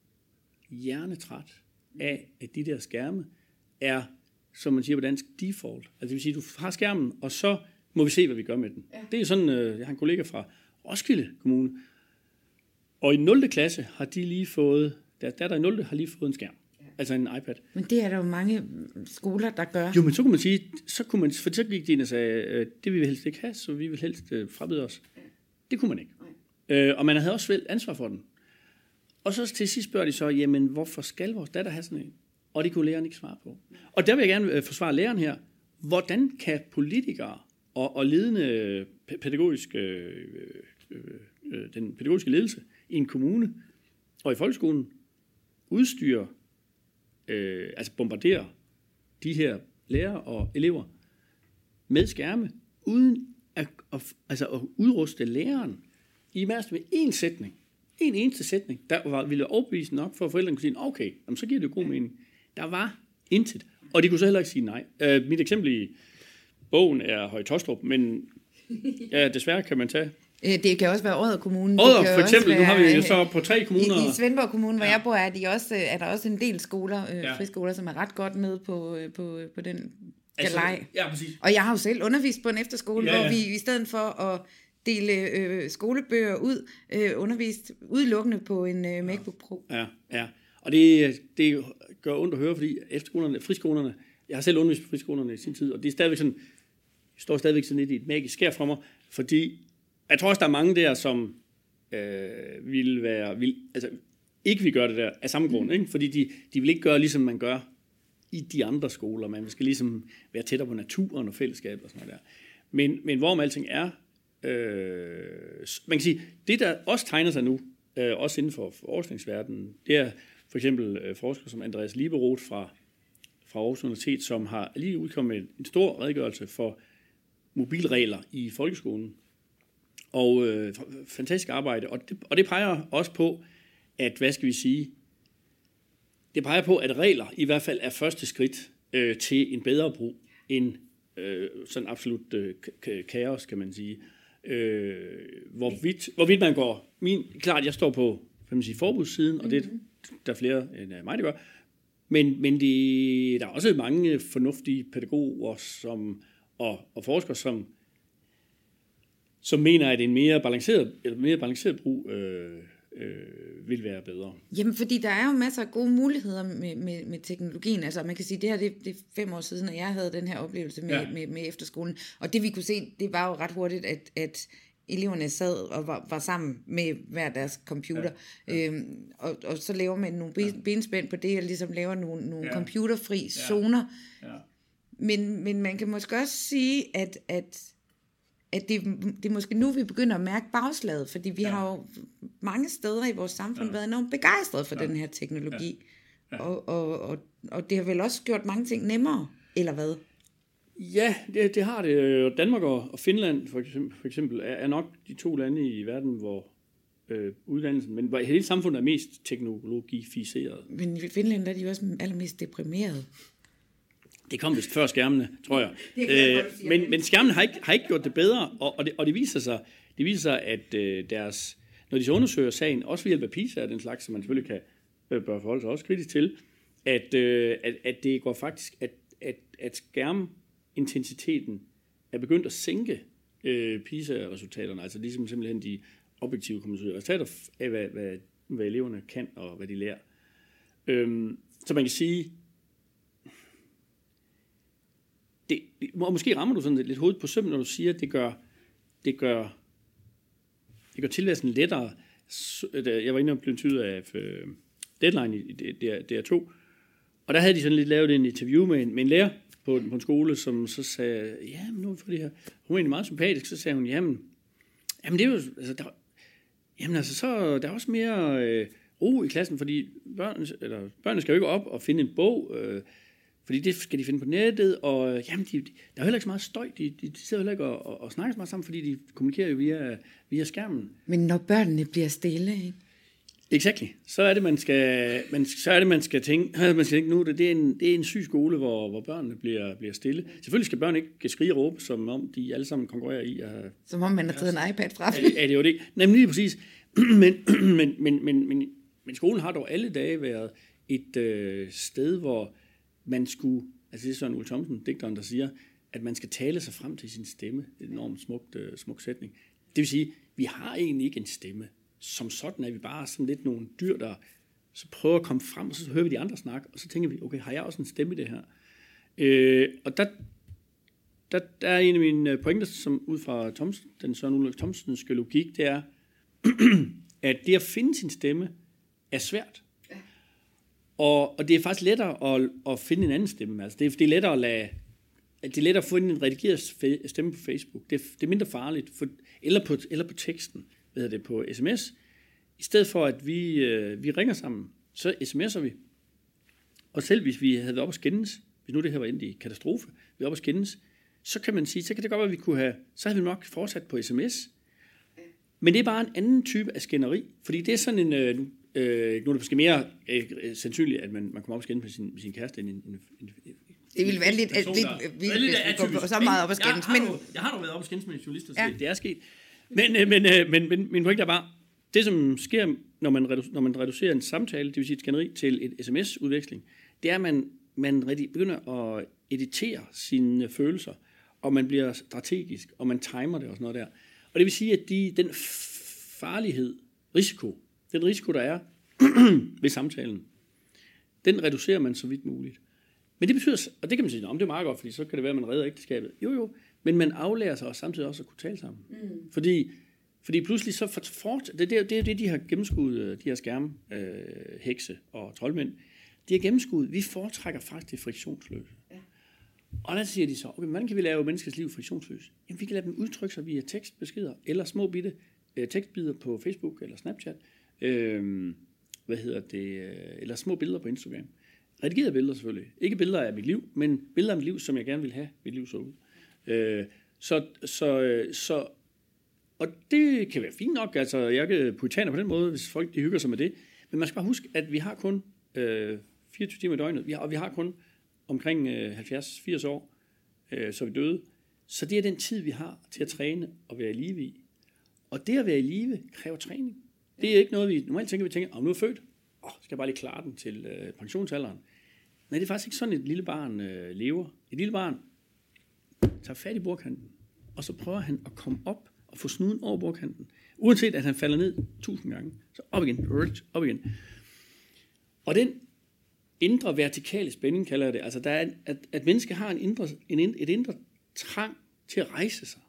Speaker 3: hjernetræt af, at de der skærme er, som man siger på dansk, default. Altså det vil sige, at du har skærmen, og så må vi se, hvad vi gør med den. Det er sådan, jeg har en kollega fra Roskilde Kommune, og i nul klasse har de lige fået, der, der, der i nul har lige fået en skærm. Altså en iPad.
Speaker 2: Men det er der jo mange skoler, der gør.
Speaker 3: Jo, men så kunne man sige, så kunne man, for så gik de ind og sagde, det vil vi helst ikke have, så vi vil helst frabede os. Det kunne man ikke. Øh, og man havde også vel ansvar for den. Og så til sidst spørger de så, jamen hvorfor skal vores datter have sådan en? Og det kunne læreren ikke svare på. Og der vil jeg gerne forsvare læreren her. Hvordan kan politikere og, og ledende pædagogiske, øh, øh, den pædagogiske ledelse i en kommune og i folkeskolen udstyre, øh, altså bombardere de her lærere og elever med skærme, uden at, at, altså at udruste læreren i mærst med én sætning, en eneste sætning, der var, ville overbevise nok for, at forældrene kunne sige, okay, jamen, så giver det jo god mening. Der var intet, og de kunne så heller ikke sige nej. Uh, mit eksempel i bogen er Høje Taastrup, men ja, desværre kan man tage.
Speaker 2: Det kan også være Odder Kommune.
Speaker 3: Odder for eksempel, være, nu har vi jo så på tre kommuner.
Speaker 2: I, i Svendborg Kommune, hvor ja. jeg bor, er, de også, er der også en del skoler, øh, ja. friskoler, som er ret godt med på, på, på den galej. Altså,
Speaker 3: ja, præcis.
Speaker 2: Og jeg har jo selv undervist på en efterskole, ja, ja. hvor vi i stedet for at dele øh, skolebøger ud, øh, undervist udelukkende på en øh, MacBook Pro.
Speaker 3: Ja, ja. Og det, det gør ondt at høre, fordi efterskolerne, friskolerne, jeg har selv undervist på friskolerne i sin tid, og det er stadigvæk sådan, det står stadigvæk sådan lidt i et magisk skær fra mig, fordi jeg tror også, der er mange der, som øh, vil være, vil, altså ikke vil gøre det der af samme grund, ikke? Fordi de, de vil ikke gøre, ligesom man gør i de andre skoler. Man skal ligesom være tættere på naturen og fællesskab og sådan noget der. Men, men hvorom alting er, øh, man kan sige, det der også tegner sig nu, øh, også inden for forskningsverdenen, det er for eksempel øh, forskere som Andreas Lieberoth fra, fra Aarhus Universitet, som har lige udkommet med en stor redegørelse for mobilregler i folkeskolen. Og øh, fantastisk arbejde, og det, og det peger også på, at, hvad skal vi sige, det peger på, at regler i hvert fald er første skridt øh, til en bedre brug end øh, sådan absolut øh, kaos, kan man sige. Øh, hvorvidt, hvorvidt man går, min, klart, jeg står på kan man sige, forbudssiden, og det er der er flere end mig, det gør, men, men det, der er også mange fornuftige pædagoger som, og, og forskere, som som mener, at en mere balanceret, eller mere balanceret brug øh, øh, vil være bedre.
Speaker 2: Jamen, fordi der er jo masser af gode muligheder med, med, med teknologien. Altså, man kan sige, det her det, det er fem år siden, at jeg havde den her oplevelse med, ja. med, med efterskolen. Og det vi kunne se, det var jo ret hurtigt, at, at eleverne sad og var, var sammen med hver deres computer. Ja. Ja. Øhm, og, og så laver man nogle ben, ja. benspænd på det, og ligesom laver nogle, nogle ja. computerfri ja. zoner. Ja. Men, men man kan måske også sige, at, at at det, det er måske nu, vi begynder at mærke bagslaget, fordi vi ja. har jo mange steder i vores samfund ja. været enormt begejstrede for ja. den her teknologi. Ja. Ja. Og, og, og, og det har vel også gjort mange ting nemmere, eller hvad?
Speaker 3: Ja, det, det har det. Danmark og Finland for eksempel, for eksempel er, er nok de to lande i verden, hvor øh, uddannelsen, men hvor hele samfundet er mest teknologificeret.
Speaker 2: Men i Finland er de også allermest deprimerede.
Speaker 3: Det kom vist før skærmene, tror jeg. jeg øh, men, men skærmene har ikke, har ikke gjort det bedre, og, og, det, og det viser sig, det viser sig at øh, deres, når de så undersøger sagen, også ved hjælp af PISA og den slags, som man selvfølgelig kan, øh, bør forholde sig også kritisk til, at, øh, at, at det går faktisk, at, at, at skærmintensiteten er begyndt at sænke øh, PISA-resultaterne, altså ligesom simpelthen de objektive kommercielle resultater af, hvad, hvad, hvad eleverne kan og hvad de lærer. Øhm, så man kan sige, Det, og måske rammer du sådan lidt hovedet på sømmen, når du siger, at det gør, det gør, det gør tilværelsen lettere. Jeg var inde og blev tydet af Deadline i D R to, og der havde de sådan lidt lavet en interview med en, med en lærer på, på en skole, som så sagde, ja, men nu for det her. Hun var egentlig meget sympatisk, så sagde hun, jamen, jamen det er jo, altså, der, jamen altså, så der er også mere øh, ro i klassen, fordi børn, eller, børnene skal jo ikke op og finde en bog, øh, fordi det skal de finde på nettet, og jamen, de, de, der er heller ikke så meget støj. De, de, de sidder heller ikke og, og, og snakker så meget sammen, fordi de kommunikerer jo via, via skærmen.
Speaker 2: Men når børnene bliver stille, ikke?
Speaker 3: Exactly. Så er det, man skal, man, så er det, man skal tænke, man skal tænke nu, det er en, det er en syg skole, hvor, hvor børnene bliver, bliver stille. Selvfølgelig skal børn ikke skrige og råbe, som om de alle sammen konkurrerer i. At,
Speaker 2: som om man har taget en iPad fra.
Speaker 3: Er det, er det jo det? Nemlig lige præcis. men, men, men, men, men, men skolen har dog alle dage været et øh, sted, hvor man skulle, altså det er Søren Ulf Thomsen, digteren, der siger, at man skal tale sig frem til sin stemme. Det er en enormt smukt, uh, smuk sætning. Det vil sige, vi har egentlig ikke en stemme. Som sådan er vi bare sådan lidt nogle dyr, der så prøver at komme frem, og så hører vi de andre snakke, og så tænker vi, okay, har jeg også en stemme i det her? Øh, og der, der, der er en af mine pointer, som ud fra Thomsen, den Søren Ulf Thomsenske logik, det er, at det at finde sin stemme, er svært. Ja. Og, og det er faktisk lettere at, at finde en anden stemme. Altså det, er, det er lettere at lade, det er lettere at få en redigeret stemme på Facebook. Det er, det er mindre farligt. For, eller, på, eller på teksten, hvad hedder det, på sms. I stedet for, at vi, øh, vi ringer sammen, så sms'er vi. Og selv hvis vi havde været oppe og skændes, hvis nu det her var endt i katastrofe, vi var oppe og skændes, så kan man sige, så kan det godt være, at vi kunne have, så havde vi nok fortsat på sms. Men det er bare en anden type af skænderi, fordi det er sådan en, øh, øh, nu er det måske mere øh, sandsynligt, at man, man kommer op og skændes med sin, med sin kæreste. En, en, en, en,
Speaker 2: det ville være lidt,
Speaker 3: person,
Speaker 2: lidt vildt, hvis vi går så meget op og skændes.
Speaker 3: Jeg, men... jeg har dog været op og skændes med en journalist, og ja. det er sket. Men, øh, men, øh, men, men min pointe er bare, det som sker, når man, redu- når man reducerer en samtale, det vil sige et skænderi, til et sms-udveksling, det er, at man, man begynder at editere sine følelser, og man bliver strategisk, og man timer det og sådan noget der. Og det vil sige, at de, den farlighed, risiko, den risiko, der er ved samtalen, den reducerer man så vidt muligt. Men det betyder, og det kan man sige, om det er meget godt, fordi så kan det være, at man redder ægteskabet. Jo, jo, men man aflærer sig også samtidig også at kunne tale sammen. Mm. Fordi, fordi pludselig så for, for, det er det, det, de har gennemskuddet, de her skærme, øh, hekse og troldmænd, de har gennemskuddet, vi foretrækker faktisk det friktionsløse. Ja. Og der siger de så, okay, hvordan kan vi lave menneskets liv friktionsløst? Jamen, vi kan lade dem udtrykke sig via tekstbeskeder, eller små bitte øh, tekstbider på Facebook eller Snapchat, øh, hvad hedder det, øh, eller små billeder på Instagram. Redigerede billeder selvfølgelig. Ikke billeder af mit liv, men billeder af mit liv, som jeg gerne vil have, mit liv så ud. Øh, så, så, så, og det kan være fint nok, altså jeg kan puritaner på den måde, hvis folk de hygger sig med det, men man skal bare huske, at vi har kun øh, fireogtyve timer i døgnet, vi har, og vi har kun omkring øh, halvfjerds til firs år, øh, så vi døde. Så det er den tid, vi har til at træne og være i live i. Og det at være i live kræver træning. Det er ikke noget, vi normalt tænker, vi tænker, om nu er født, åh, skal jeg bare lige klare den til øh, pensionsalderen. Nej, det er faktisk ikke sådan, et lille barn øh, lever. Et lille barn tager fat i bordkanten, og så prøver han at komme op og få snuden over bordkanten. Uanset at han falder ned tusind gange, så op igen, op igen. Og den indre vertikale spænding, kalder jeg det. Altså, der er, at, at mennesker har en indre, en, et indre trang til at rejse sig,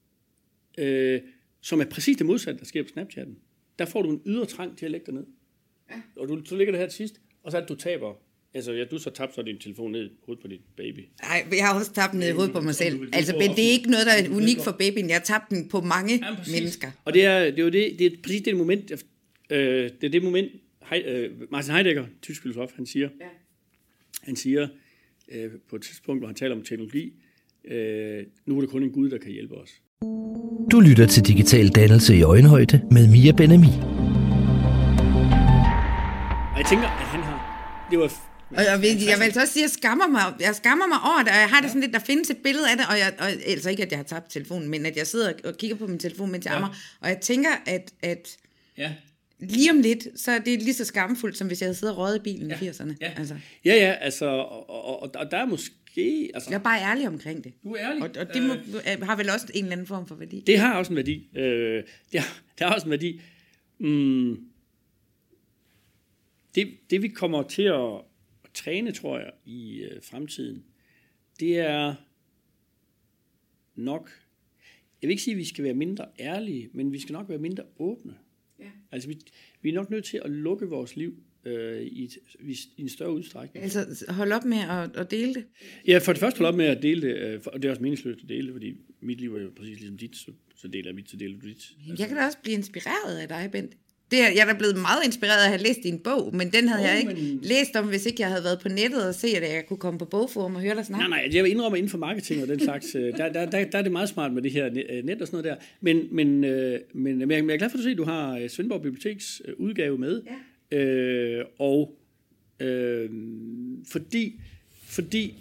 Speaker 3: øh, som er præcis det modsatte, der sker på Snapchatten. Der får du en ydre trang til at lægge dig ned. Ja. Og du, så ligger det her til sidst, og så er det, du taber. Altså, ja, du så tabte så din telefon ned i hovedet på din baby.
Speaker 2: Nej, jeg har også tabt den ned i hovedet på mig selv. Altså, men det er ikke noget, der er unikt for babyen. Jeg har tabt den på mange ja, mennesker.
Speaker 3: Og det er, det er jo det, det er præcis det moment, øh, det er det moment, øh, Martin Heidegger, tysk filosof, han siger, ja. han siger øh, på et tidspunkt, hvor han taler om teknologi, øh, nu er det kun en Gud, der kan hjælpe os.
Speaker 1: Du lytter til Digital Dannelse i Øjenhøjde med Mia Ben-Ami.
Speaker 3: Og jeg tænker, at han har... Det var
Speaker 2: Og jeg vil, jeg vil også sige, at jeg skammer mig, jeg skammer mig over det, og jeg har det sådan lidt, der findes et billede af det, og, jeg, og altså ikke, at jeg har tabt telefonen, men at jeg sidder og kigger på min telefon, mens jeg ammer, og jeg tænker, at, at ja. lige om lidt, så er det lige så skamfuldt, som hvis jeg havde siddet og røget i bilen ja. i firserne.
Speaker 3: Ja,
Speaker 2: altså.
Speaker 3: ja, ja, altså, og, og, og, og der er måske... Altså,
Speaker 2: jeg er bare ærlig omkring det.
Speaker 3: Du er ærlig.
Speaker 2: Og, og det må, øh, har vel også en eller anden form for værdi.
Speaker 3: Det har også en værdi. Øh, det, har, det har også en værdi. Mm, det, det vi kommer til at træne, tror jeg, i øh, fremtiden, det er nok, jeg vil ikke sige, at vi skal være mindre ærlige, men vi skal nok være mindre åbne. Ja. Altså, vi, vi er nok nødt til at lukke vores liv øh, i, et, i en større udstrækning.
Speaker 2: Altså, hold op med at, at dele det?
Speaker 3: Ja, for det første hold op med at dele det, øh, og det er også meningsløst at dele det, fordi mit liv er jo præcis ligesom dit, så, så deler jeg mit, så deler du dit. Altså.
Speaker 2: Jeg kan da også blive inspireret af dig, Bent. Det er, jeg er da blevet meget inspireret af at have læst din bog, men den havde oh, jeg ikke men... læst om, hvis ikke jeg havde været på nettet og set, at jeg kunne komme på bogforum og høre dig snakke.
Speaker 3: Nej, nej, jeg vil indrømme inden for marketing og den slags. der, der, der, der er det meget smart med det her net og sådan noget der. Men, men, men, men jeg er glad for at se, at du har Svendborg Biblioteks udgave med. Ja. Øh, og øh, fordi, fordi,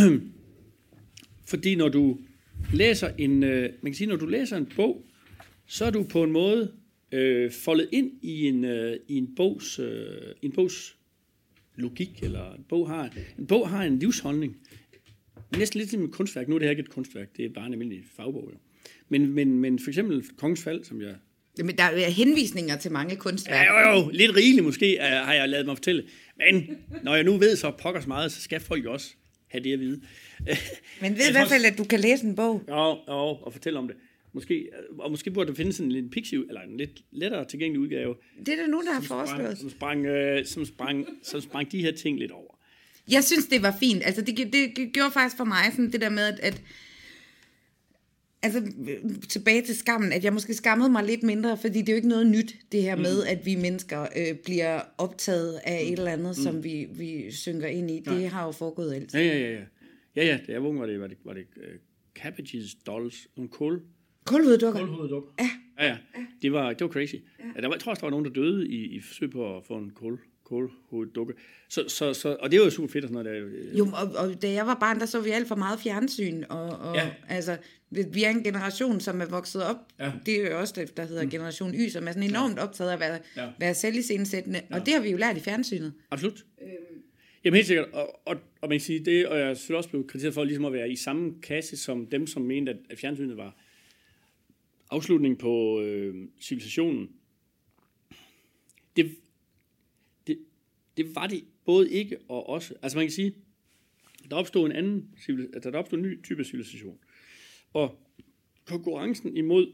Speaker 3: fordi når du læser en, man kan sige, når du læser en bog, så er du på en måde Øh, foldet ind i en, øh, i en bogs, øh, en bogs logik, eller en bog har en bog har en livsholdning. Næsten lidt som et kunstværk. Nu er det her ikke et kunstværk, det er bare en almindelig fagbog. Jo. Men, men, men for eksempel Kongens Fald, som jeg...
Speaker 2: Men der er henvisninger til mange kunstværker.
Speaker 3: Ja, jo, jo, lidt rigeligt måske, har jeg lavet mig fortælle. Men når jeg nu ved så pokkers meget, så skal folk jo også have det at vide.
Speaker 2: Men ved i hvert fald, at du kan læse en bog.
Speaker 3: Jo, jo, og fortælle om det. Måske, og måske burde der findes en lidt pixie, eller en lidt lettere tilgængelig udgave.
Speaker 2: Det er der nogen, der har foreslået.
Speaker 3: Som sprang, øh, som, sprang, som sprang de her ting lidt over.
Speaker 2: Jeg synes, det var fint. Altså, det, det gjorde faktisk for mig sådan det der med, at, at altså, tilbage til skammen, at jeg måske skammede mig lidt mindre, fordi det er jo ikke noget nyt, det her med, mm. at vi mennesker øh, bliver optaget af et eller andet, mm. som vi, vi synker ind i. Det ja. har jo foregået altid.
Speaker 3: Ja, ja, ja. Ja, ja, ja. Da jeg var ung, var det, var det, var det uh, Cabbage's Dolls, nogle kål.
Speaker 2: Kålhoveddukker?
Speaker 3: Kålhoveddukker.
Speaker 2: Ja.
Speaker 3: Ja, ja. Det var, det var crazy. Ja. Ja, der var, jeg tror også, der var nogen, der døde i, i forsøg på at få en kål. kålhoveddukke. Så, så, så, og det var jo super fedt og sådan noget. Der.
Speaker 2: Jo, og, og da jeg var barn, der så vi alt for meget fjernsyn, og, og ja. altså, vi er en generation, som er vokset op, ja. det er jo også det, der hedder Generation Y, som er sådan enormt optaget af at være, ja. være selvisensættende, ja. og det har vi jo lært i fjernsynet.
Speaker 3: Absolut. Øhm. Jamen helt sikkert, og, og, og man kan sige det, og jeg synes også blevet kritiseret for ligesom at være i samme kasse som dem, som mente, at, at fjernsynet var afslutningen på øh, civilisationen. Det Det var det både ikke og også. Altså man kan sige, der opstod en anden, altså der opstod en ny type civilisation. Og konkurrencen imod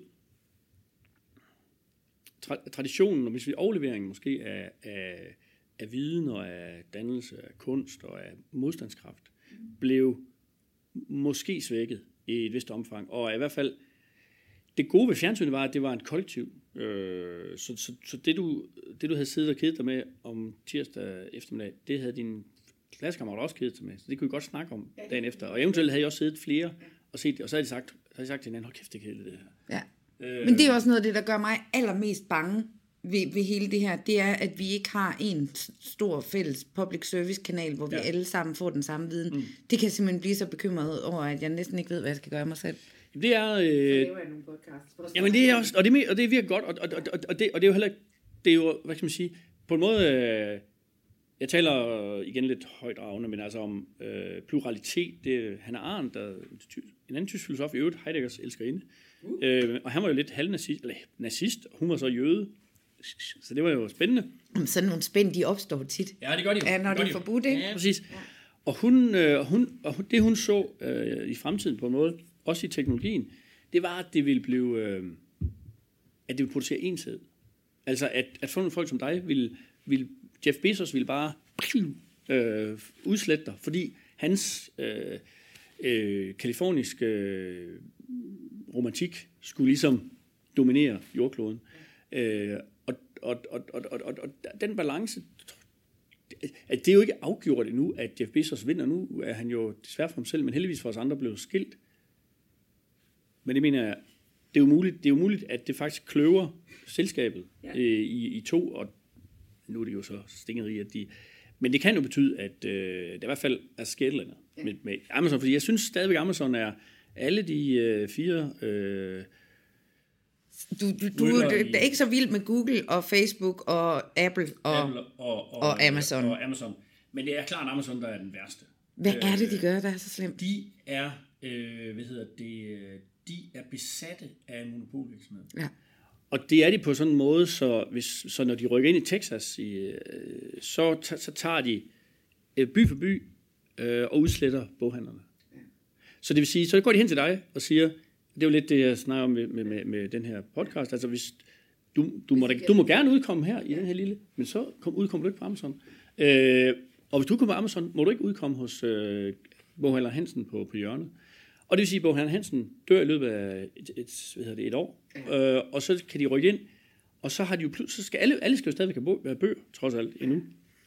Speaker 3: tra- traditionen, og hvis vi overleveringen måske af, af, af viden og af dannelse, af kunst og af modstandskraft, blev måske svækket i et vist omfang. Og i hvert fald, det gode ved fjernsynet var, at det var et kollektiv. Øh, så så, så det, du, det, du havde siddet og kedet dig med om tirsdag eftermiddag, det havde din klassekammerater også kedet sig med. Så det kunne vi godt snakke om dagen efter. Og eventuelt havde jeg også siddet flere og set det. Og så havde de sagt, så havde de sagt til hinanden, hold kæft, det er kedeligt det her.
Speaker 2: Ja. Øh, Men det er også noget af det, der gør mig allermest bange ved, ved hele det her. Det er, at vi ikke har en stor fælles public service kanal, hvor vi ja. alle sammen får den samme viden. Mm. Det kan simpelthen blive så bekymret over, at jeg næsten ikke ved, hvad jeg skal gøre mig selv.
Speaker 3: Det er... Øh, så
Speaker 2: laver jeg nogle podcasts.
Speaker 3: Jamen det er også, og det, og det virker godt, og, og, og, og, det, og det er jo heller det er jo, hvad kan man sige, på en måde, øh, jeg taler igen lidt højdragende, men altså om øh, pluralitet, det er Hannah Arendt, der, en anden tysk filosof, i øvrigt Heideggers elskerinde, uh. øh, og han var jo lidt halvnazist, eller nazist, og hun var så jøde, så det var jo spændende.
Speaker 2: Sådan nogle spænd, de opstår tit.
Speaker 3: Ja, det gør de jo.
Speaker 2: Ja, når det er forbudt, ikke?
Speaker 3: Ja, præcis. Ja. Og, hun, øh, hun, og det hun så øh, i fremtiden på en måde, også i teknologien, det var, at det ville blive, øh, at det ville producere enshed. Altså, at, at sådan nogle folk som dig, ville, ville, Jeff Bezos ville bare øh, udslette dig, fordi hans øh, øh, kaliforniske øh, romantik skulle ligesom dominere jordkloden. Øh, og, og, og, og, og, og, og den balance, at det er jo ikke afgjort endnu, at Jeff Bezos vinder. Nu er han jo desværre for ham selv, men heldigvis for os andre blevet skilt. Men det mener jeg, det er jo muligt, det er jo muligt at det faktisk kløver selskabet ja. øh, i, i to, og nu er det jo så stinget i, at de... Men det kan jo betyde, at øh, det i hvert fald er sket eller andet ja. med, med Amazon, fordi jeg synes stadigvæk, Amazon er alle de øh, fire... Øh,
Speaker 2: du, du, du, du er ikke så vild med Google og Facebook og Apple og,
Speaker 3: Apple og, og,
Speaker 2: og Amazon.
Speaker 3: Og Amazon. Men det er klart, Amazon, der er den værste.
Speaker 2: Hvad er det, de gør, der er så slemt?
Speaker 3: De er, øh, hvad hedder det... de er besatte af monopolvirksomhed. Ja. Og det er de på sådan en måde, så, hvis, så når de rykker ind i Texas, i, så, så tager de by for by øh, og udsletter boghandlerne. Ja. Så det vil sige, så går de hen til dig og siger, det er jo lidt det, jeg snakker om med, med, med den her podcast, altså hvis du, du, må, du må gerne udkomme her i den her lille, men så kom, udkommer du ikke på Amazon. Øh, og hvis du kommer på Amazon, må du ikke udkomme hos øh, boghandler Hansen på, på hjørnet. Og det vil sige, at Boghandler Hansen dør i løbet af et, et, hvad hedder det, et år, ja. øh, og så kan de rykke ind, og så har de jo så skal alle, alle skal jo stadigvæk have bøger, trods alt, endnu.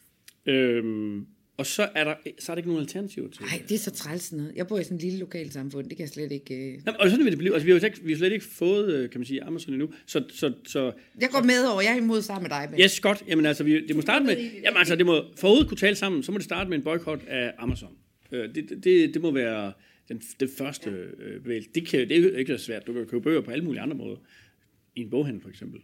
Speaker 3: Øhm, og så er, der, så er der ikke nogen alternativer til.
Speaker 2: Nej, det er så træls noget. Jeg bor i sådan et lille lokalsamfund, det kan jeg slet ikke... Uh...
Speaker 3: Jamen, og sådan vil det blive. Altså, vi har jo slet, vi har slet ikke fået, kan man sige, Amazon endnu. Så, så, så,
Speaker 2: jeg går med over, jeg er imod sammen med dig. Men...
Speaker 3: Yes, godt. Jamen altså, vi, det må starte med... Jamen altså, det må, for overhovedet kunne tale sammen, så må det starte med en boykot af Amazon. Øh, det, det, det må være... Den, den første øh, bevægelse. Det, kan, det er jo ikke så svært. Du kan købe bøger på alle mulige andre måder. I en boghandel for eksempel.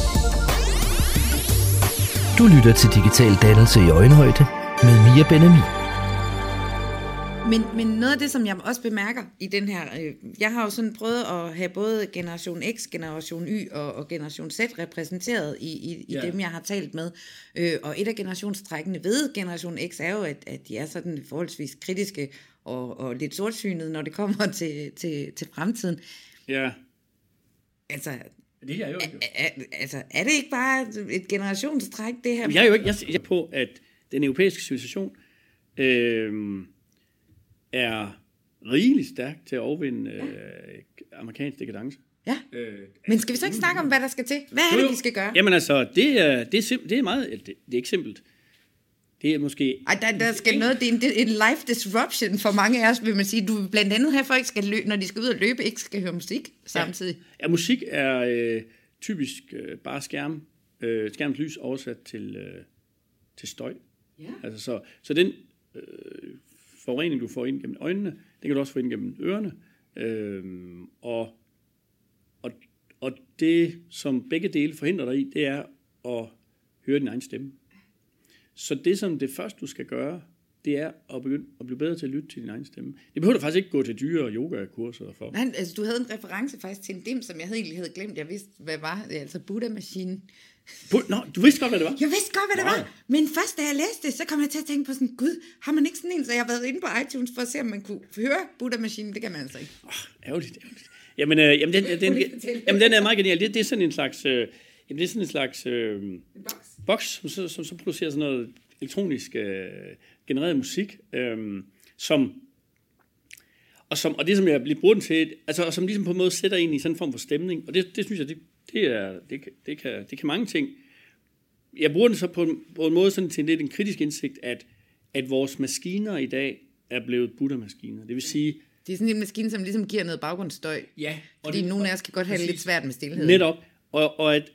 Speaker 1: Du lytter til Digital Dannelse i Øjenhøjde med Mia Ben-Ami.
Speaker 2: Men, men noget af det, som jeg også bemærker i den her... Øh, jeg har jo sådan prøvet at have både Generation X, Generation Y og, og Generation Z repræsenteret i, i, i yeah. dem, jeg har talt med. Øh, og et af generationstrækkene ved Generation X er jo, at, at de er sådan forholdsvis kritiske og, og lidt sortsynede, når det kommer til, til, til fremtiden.
Speaker 3: Ja.
Speaker 2: Altså,
Speaker 3: det er jo ikke.
Speaker 2: Er, er, altså, er det ikke bare et generationstræk, det her?
Speaker 3: Jeg er jo ikke jeg, jeg er på, at den europæiske civilisation øh, er rigeligt stærk til at overvinde øh, amerikansk dekadence.
Speaker 2: Ja, øh, men skal vi så ikke snakke om, hvad der skal til? Hvad er
Speaker 3: jo,
Speaker 2: det, vi skal gøre?
Speaker 3: Jamen altså, det er, det er, sim- det er meget, det, det er ikke simpelt. Det er måske...
Speaker 2: Ej, der, der skal noget, det er en, en life disruption for mange af os, vil man sige. Du vil blandt andet have, folk skal løbe, når de skal ud og løbe, ikke skal høre musik samtidig.
Speaker 3: Ja, ja musik er øh, typisk øh, bare skærm, øh, skærmens lys oversat til, øh, til støj. Ja. Altså, så, så den øh, forurening, du får ind gennem øjnene, den kan du også få ind gennem ørerne. Øh, og, og, og det, som begge dele forhindrer dig i, det er at høre din egen stemme. Så det, som det første, du skal gøre, det er at begynde at blive bedre til at lytte til din egen stemme. Det behøver du faktisk ikke gå til dyre og yogakurser for.
Speaker 2: Nej, altså du havde en reference faktisk til en dim, som jeg egentlig havde glemt. Jeg vidste, hvad var det, altså Buddha-maskinen.
Speaker 3: Nå, du vidste godt, hvad det var?
Speaker 2: Jeg vidste godt, hvad det var. Men først, da jeg læste det, så kom jeg til at tænke på sådan, gud, har man ikke sådan en, så jeg har været inde på iTunes for at se, om man kunne høre Buddha-maskinen. Det kan man altså ikke.
Speaker 3: Åh, oh, ærgerligt, ærgerligt. Jamen, øh, jamen, den, den, den, jamen, den er meget genial. Det, det er sådan en slags, øh, jamen, det er sådan en slags øh, en boks, som så, som så producerer sådan noget elektronisk øh, genereret musik, øh, som og som og det som jeg bliver brugt den til, altså og som ligesom på en måde sætter ind i sådan en form for stemning, og det, det synes jeg det, det er det kan, det kan det kan mange ting. Jeg bruger den så på en, på en måde sådan til en lidt en kritisk indsigt, at at vores maskiner i dag er blevet Buddha-maskiner. Det vil sige,
Speaker 2: det er sådan en maskine, som ligesom giver noget baggrundsstøj.
Speaker 3: Ja,
Speaker 2: fordi det, nogle af os kan godt have det lidt svært med stillhed.
Speaker 3: Netop, og, og at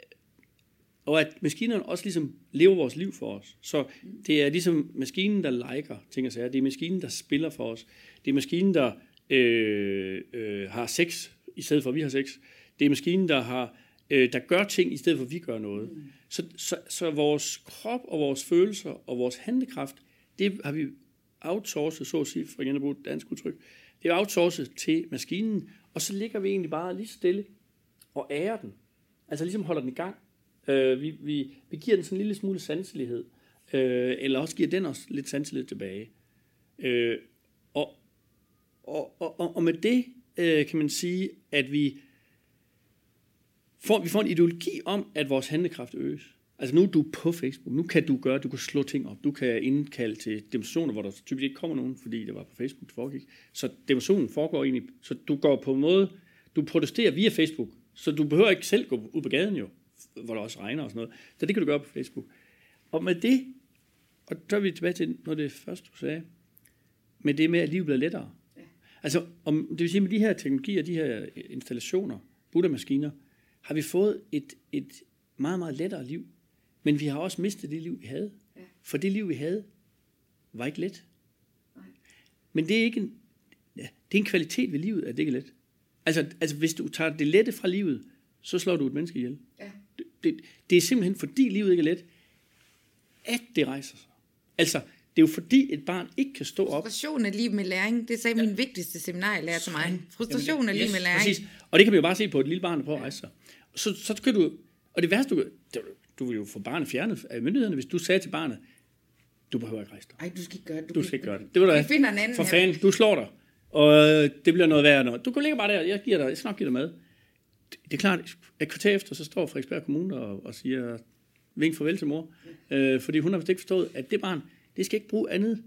Speaker 3: Og at maskinerne også ligesom lever vores liv for os. Så det er ligesom maskinen, der liker ting og sager. Det er maskinen, der spiller for os. Det er maskinen, der øh, øh, har sex, i stedet for at vi har sex. Det er maskinen, der, har, øh, der gør ting, i stedet for at vi gør noget. Mm. Så, så, så vores krop og vores følelser og vores handlekraft, det har vi outsourcet, så at sige, for igen at bruge et dansk udtryk. Det er outsourcet til maskinen, og så ligger vi egentlig bare lige stille og ærer den. Altså ligesom holder den i gang. Uh, vi, vi, vi giver den sådan en lille smule sanselighed, uh, eller også giver den os lidt sanselighed tilbage. Uh, og, og, og, og med det uh, kan man sige, at vi får, vi får en ideologi om, at vores handlekraft øges. Altså nu er du på Facebook, nu kan du gøre, du kan slå ting op, du kan indkalde til demonstrationer, hvor der typisk ikke kommer nogen, fordi det var på Facebook, det foregik. Så demonstrationen foregår egentlig, så du går på en måde, du protesterer via Facebook, så du behøver ikke selv gå ud på gaden jo, hvor der også regner og sådan noget. Så det kan du gøre på Facebook. Og med det, og så er vi tilbage til noget af det første, du sagde, med det med, at livet bliver lettere. Ja. Altså, om, det vil sige, med de her teknologier, de her installationer, Buddha-maskiner, har vi fået et, et meget, meget lettere liv. Men vi har også mistet det liv, vi havde. Ja. For det liv, vi havde, var ikke let. Nej. Men det er ikke en, ja, det er en kvalitet ved livet, at det ikke er let. Altså, altså, hvis du tager det lette fra livet, så slår du et menneske ihjel. Ja. Det, det, det er simpelthen, fordi livet ikke er let, at det rejser sig. Altså, det er jo fordi, et barn ikke kan stå op.
Speaker 2: Frustration er lige med læring. Det sagde ja. min vigtigste seminar til mig. Frustration er lige yes, med læring.
Speaker 3: Præcis. Og det kan man jo bare se på et lille barn, der prøver at rejse sig. Så, så kan du, og det værste, du, du, du vil jo få barnet fjernet af myndighederne, hvis du sagde til barnet, du behøver ikke rejse dig.
Speaker 2: Ej, du skal ikke gøre det.
Speaker 3: Du, du skal ikke gøre det. Det var da,
Speaker 2: finder en anden
Speaker 3: for fanden, du slår dig. Og det bliver noget værre. Du kan ligge bare der, jeg giver dig, jeg skal nok give dig med. Det er klart, et kvarter efter, så står Frederiksberg Kommune og, og siger, vink farvel til mor. Øh, fordi hun har vist ikke forstået, at det barn, det skal ikke bruge andet.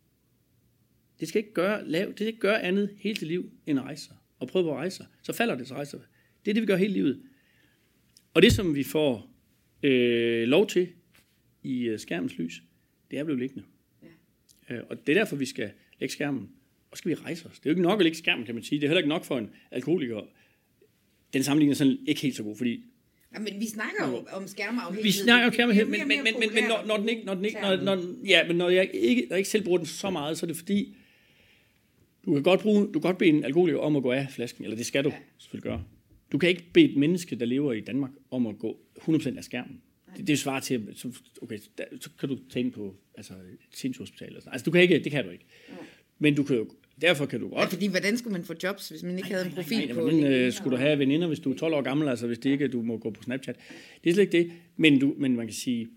Speaker 3: Det skal ikke gøre, lave, det skal ikke gøre andet hele sit liv, end at rejse sig. Og prøve på at rejse sig. Så falder det, så rejse sig. Det er det, vi gør hele livet. Og det, som vi får øh, lov til i øh, skærmens lys, det er blevet liggende. Ja. Øh, og det er derfor, vi skal lægge skærmen. Og skal vi rejse os. Det er jo ikke nok at lægge skærmen, kan man sige. Det er heller ikke nok for en alkoholiker. Den sammenligning er sådan ikke helt så god, fordi...
Speaker 2: Ja, men vi snakker jo om skærmafhængighed.
Speaker 3: Vi snakker om skærmafhængighed, men, men, men, men, men når, når den ikke... Når den ikke når, når, ja, men når jeg ikke, når jeg ikke selv bruger den så meget, så er det fordi, du kan godt bruge, du kan godt bede en alkoholiker om at gå af flasken, eller det skal du ja. selvfølgelig gøre. Du kan ikke bede et menneske, der lever i Danmark, om at gå hundrede procent af skærmen. Det, det er svaret til, så, okay, der, så kan du tage ind på altså, et sindshospital. Eller sådan. Altså, du kan ikke, det kan du ikke. Ja. Men du kan jo... Derfor kan du godt...
Speaker 2: Ja, fordi hvordan skulle man få jobs, hvis man ikke havde en profil
Speaker 3: nej, nej,
Speaker 2: på...
Speaker 3: Hvordan øh, skulle du have veninder, hvis du er tolv år gammel, altså hvis det ikke du må gå på Snapchat? Det er slet ikke det. Men, du, men man kan sige,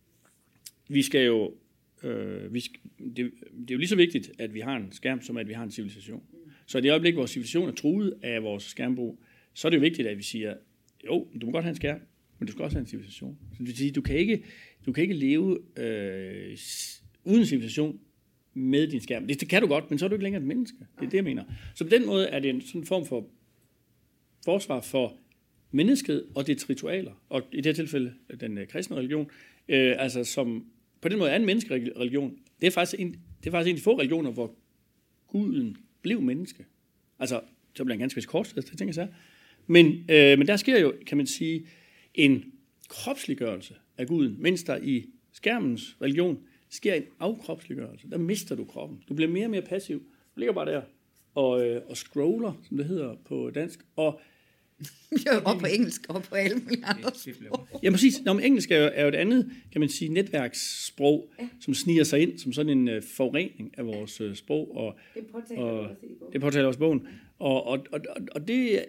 Speaker 3: vi skal jo... Øh, vi skal, det, det er jo lige så vigtigt, at vi har en skærm, som at vi har en civilisation. Så i det øjeblik, hvor civilisation er truet af vores skærmbrug, så er det jo vigtigt, at vi siger, jo, du må godt have en skærm, men du skal også have en civilisation. Så det vil sige, du kan ikke, du kan ikke leve øh, uden civilisation med din skærm. Det, det kan du godt, men så er du ikke længere et menneske. Det er det, jeg mener. Så på den måde er det en sådan form for forsvar for mennesket og dets ritualer, og i det her tilfælde den øh, kristne religion, øh, altså som på den måde er en menneskereligion. Det er faktisk en, det er faktisk en af de få religioner, hvor guden blev menneske. Altså, så bliver en ganske vist kort, det tænker jeg så. Men, øh, men der sker jo, kan man sige, en kropsliggørelse af guden, mens der i skærmens religion sker en afkropsliggørelse. Der mister du kroppen. Du bliver mere og mere passiv. Du ligger bare der og, øh, og scroller, som det hedder på dansk, og
Speaker 2: og på engelsk, og på alle mulige andre sprog.
Speaker 3: Ja, præcis. Nå, men engelsk er jo, er jo et andet, kan man sige, netværkssprog, ja. Som sniger sig ind som sådan en uh, forurening af vores uh, sprog. Og,
Speaker 2: det påtaler
Speaker 3: og,
Speaker 2: også i bogen.
Speaker 3: Det påtaler også bogen. Og, og, og, og det,